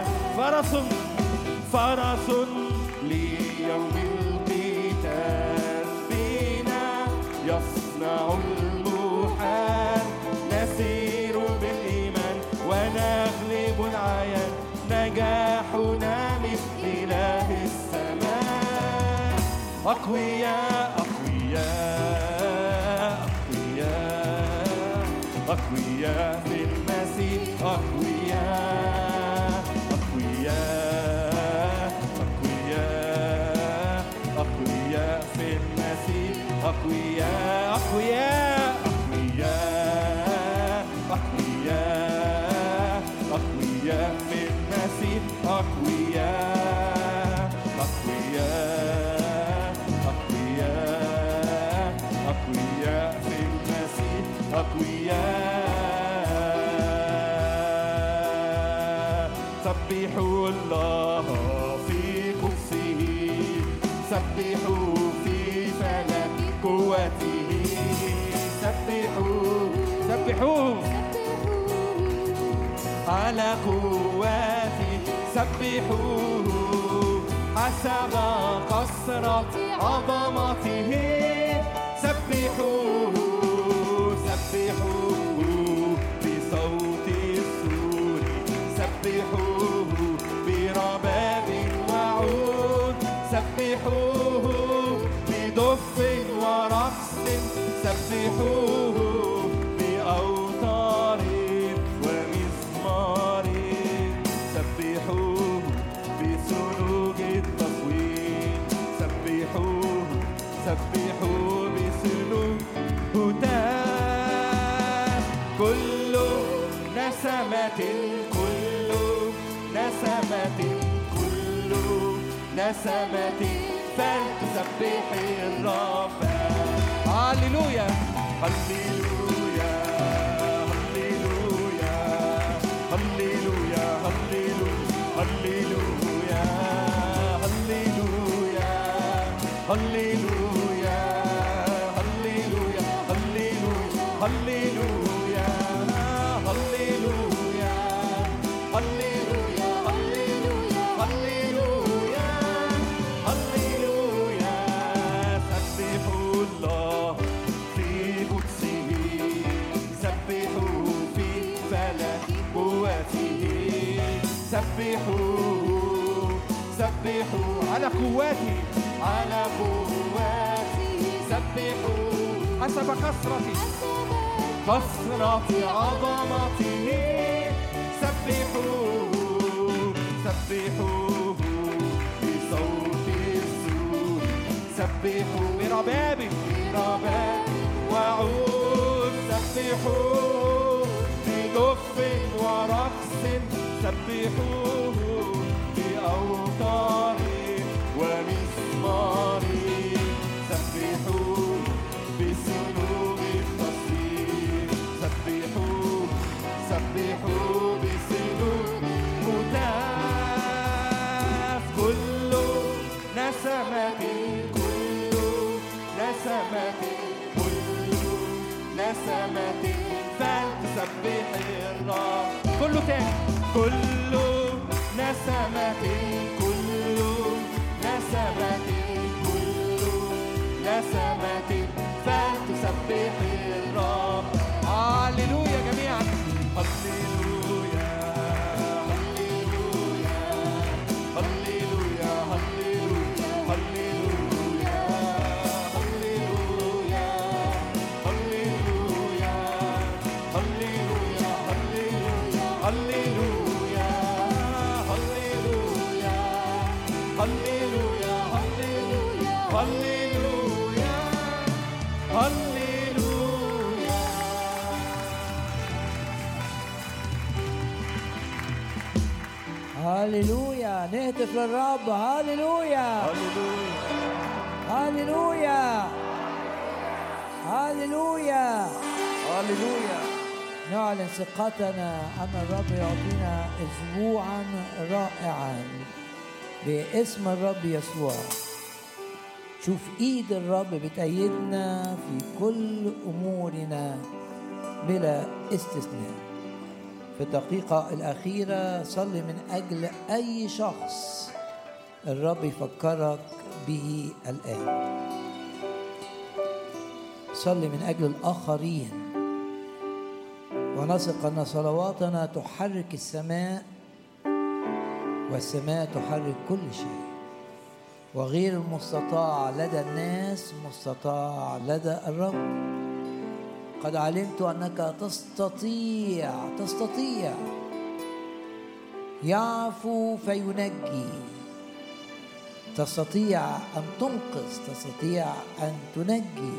فرس ليوم القتال بنا يصنع المحال نسير بالإيمان ونغلب العيان نجاحنا مثل إله السماء أقوياء أقوياء أقوياء أقوياء في المسيح أقوياء أقوياء أقوياء أقوياء في المسيح أقوياء أقوياء أقوياء أقوياء سبحوا الله في قدسه سبحوا في فلك قوته سبحوا على قوته سبحوه حسب كثرة عظمته سبحوه بصوت السور سبحوه برباب وعود سبحوه بدف ورقص سبحوه بأوتار ومزمار سبحوه بسلوك التصوير سبحوه بسلوك هتاف كل نسمة فلتسبح الرب هللويا هللويا هللويا هللويا هللويا هللويا هللويا هللويا هللويا هللويا هللويا هللويا هللويا هللويا سبحوا الله في قدسه سبحوا في فلك قوته سبحوا على قوته سبحوا حسب كثرة عظمته سبحوه بصوت السور سبحوا برباب وعود سبحوه بدف ورقص سبحوه بأوتار ومزمار سبحوه بسلوك التصوير سبحوه بسلوك هتاف كل نسمة فلتسبح الرب كله تاني كل نسمة فلتسبح الرب هللويا جميعا هللويا هللويا هللويا هللويا هللويا هللويا هللويا هللويا هللويا هللويا هللويا هللويا هللويا هللويا نهتف للرب هللويا هللويا هللويا هللويا نعلن ثقتنا أن الرب يعطينا أسبوعا رائعا باسم الرب يسوع. شوف ايد الرب بتأيدنا في كل امورنا بلا استثناء. في الدقيقة الأخيرة صلي من أجل أي شخص الرب يفكرك به الآن. صلي من أجل الآخرين ونثق أن صلواتنا تحرك السماء والسماء تحرك كل شيء، وغير المستطاع لدى الناس مستطاع لدى الرب. قد علمت أنك تستطيع يعفو فينجي، تستطيع أن تنقذ، تستطيع أن تنجي.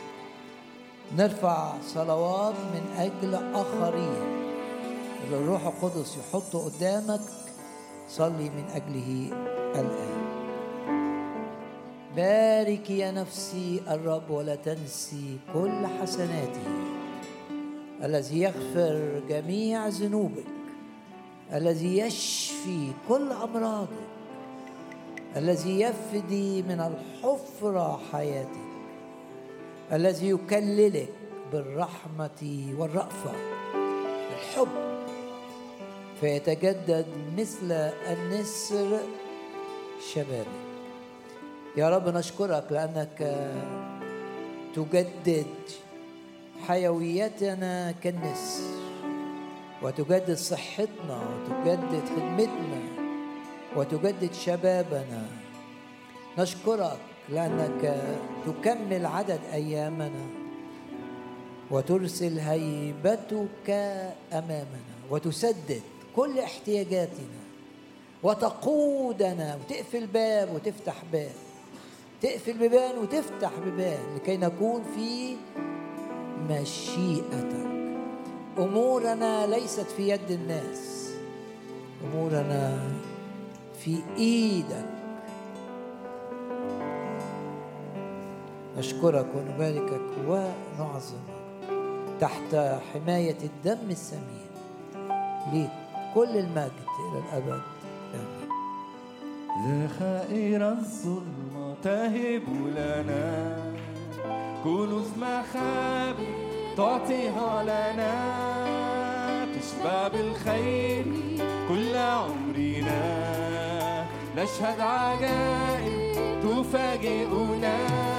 نرفع صلوات من أجل آخرين اللي الروح القدس يحطه قدامك، صلي من أجله الآن. بارك يا نفسي الرب ولا تنسي كل حسناته، الذي يغفر جميع ذنوبك، الذي يشفي كل أمراضك، الذي يفدي من الحفرة حياتك، الذي يكللك بالرحمة والرأفة، الحب، فيتجدد مثل النسر شبابك. يا رب نشكرك لأنك تجدد حيويتنا كالنسر، وتجدد صحتنا، وتجدد خدمتنا، وتجدد شبابنا. نشكرك لأنك تكمل عدد أيامنا، وترسل هيبتك أمامنا، وتسدد كل احتياجاتنا، وتقودنا، وتقفل باب وتفتح باب، تقفل بيبان وتفتح بيبان، لكي نكون في مشيئتك. أمورنا ليست في يد الناس، أمورنا في إيدك. نشكرك ونباركك ونعظمك تحت حماية الدم الثمين. ليك كل المجد إلى الأبد، آمين. ذخائر الظلمة تهب لنا، كنوز مخابئ تعطيها لنا، تشبع بالخير كل عمرنا، نشهد عجائب تفاجئنا.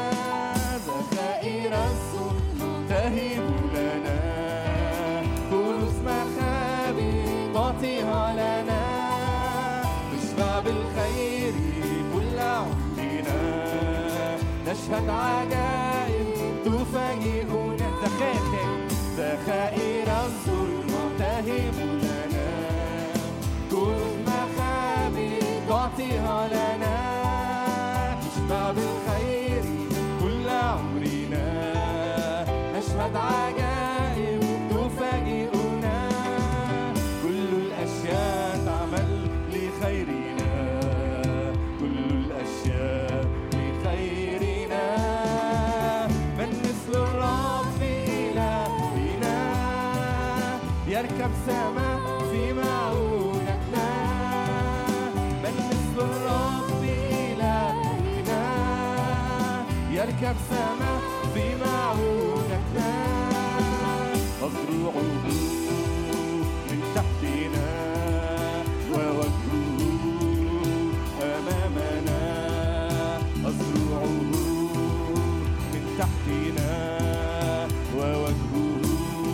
ذخائر الظلمة تهب لنا، كنوز مخابئ تعطيها لنا، تشبع بالخير كل عمرنا، نشهد عجائب تفاجئنا. ذخائر الظلمة تهب لنا، كنوز مخابئ تعطيها لنا، تشبع بالخير كل عمرنا، نشهد عجائب تفاجئنا. كل الأشياء تعمل لخيرنا، كل الأشياء لخيرنا. من مثل الرب إلهنا، يركب سماء في معونتنا. من مثل الرب إلهنا، يركب سماء في معونتنا. أذرعه من تحتنا، ووجهه أمامنا. أذرعه من تحتنا، ووجهه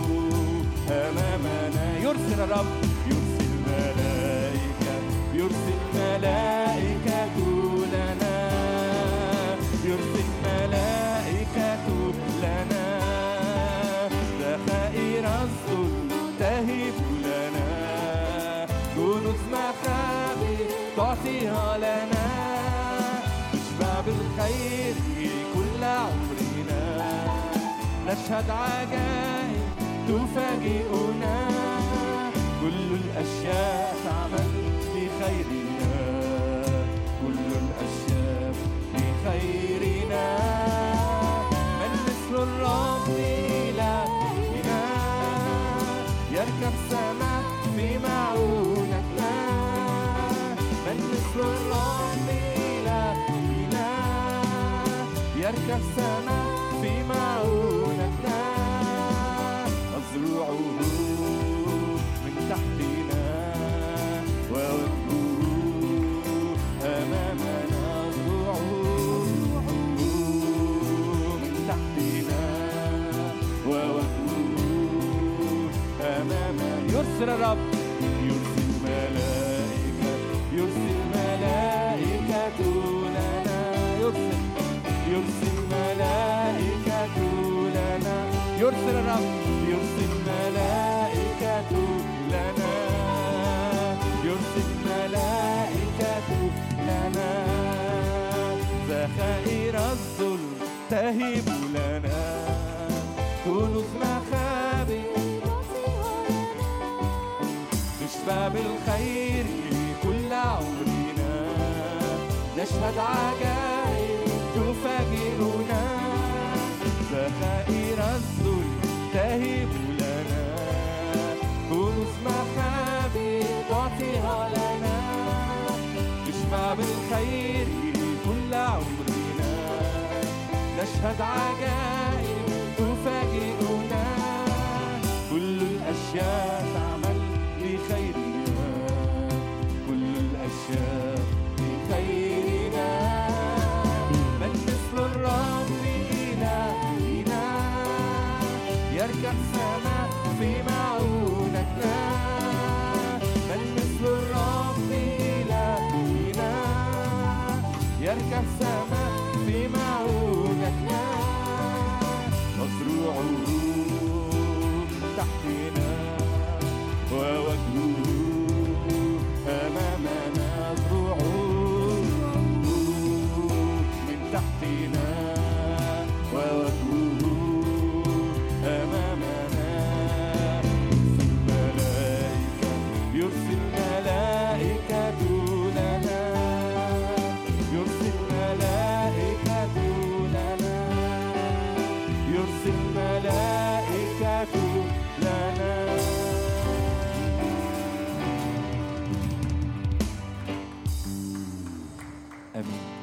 أمامنا. يرسل الرب، يرسل ملائكة، يرسل ملائكة لنا، يرسل ملائكة لنا. ذخائر الظلم تهب لنا، كنوز مخابئ تعطيها لنا، تشبع بالخير كل عمرنا، نشهد عجائب تفاجئنا. كل الأشياء تعمل لخيرنا، كل الأشياء لخيرنا. من مثل الرب إلهنا، يركب سماء في معونتنا. من مثل الرب إلهنا، يركب سماء في معونتنا. أذرعه من تحتنا، ووجهه أمامنا. أذرعه من تحتنا، ووجهه أمامنا. يرسل الرب، يرسل ملائكة، يرسل ملائكة لنا، يرسل ملائكة لنا. يرسل الرب، يرسل ملائكة لنا، يرسل ملائكة لنا. ذخائر الظلم تهب لنا، كنوز مخابئ تشبع بالخير كل عمرنا، نشهد عجائب تفاجئنا. ذخائر الظلم تهب لنا، نشهد عجائب تفاجئنا، كل الأشياء تعمل لخيرنا، كل الأشياء لخيرنا. من مثل الرب إلهنا يركب سماء في معونتنا، من مثل الرب إلهنا يركب سماء في معونتنا. مزروعه تحتنا ووجهه أمامنا، مزروعه من تحتنا ووجهه أمامنا. يرسل ملائكة لنا، يرسل ملائكة لنا، يرسل ملائكة لنا. آمين.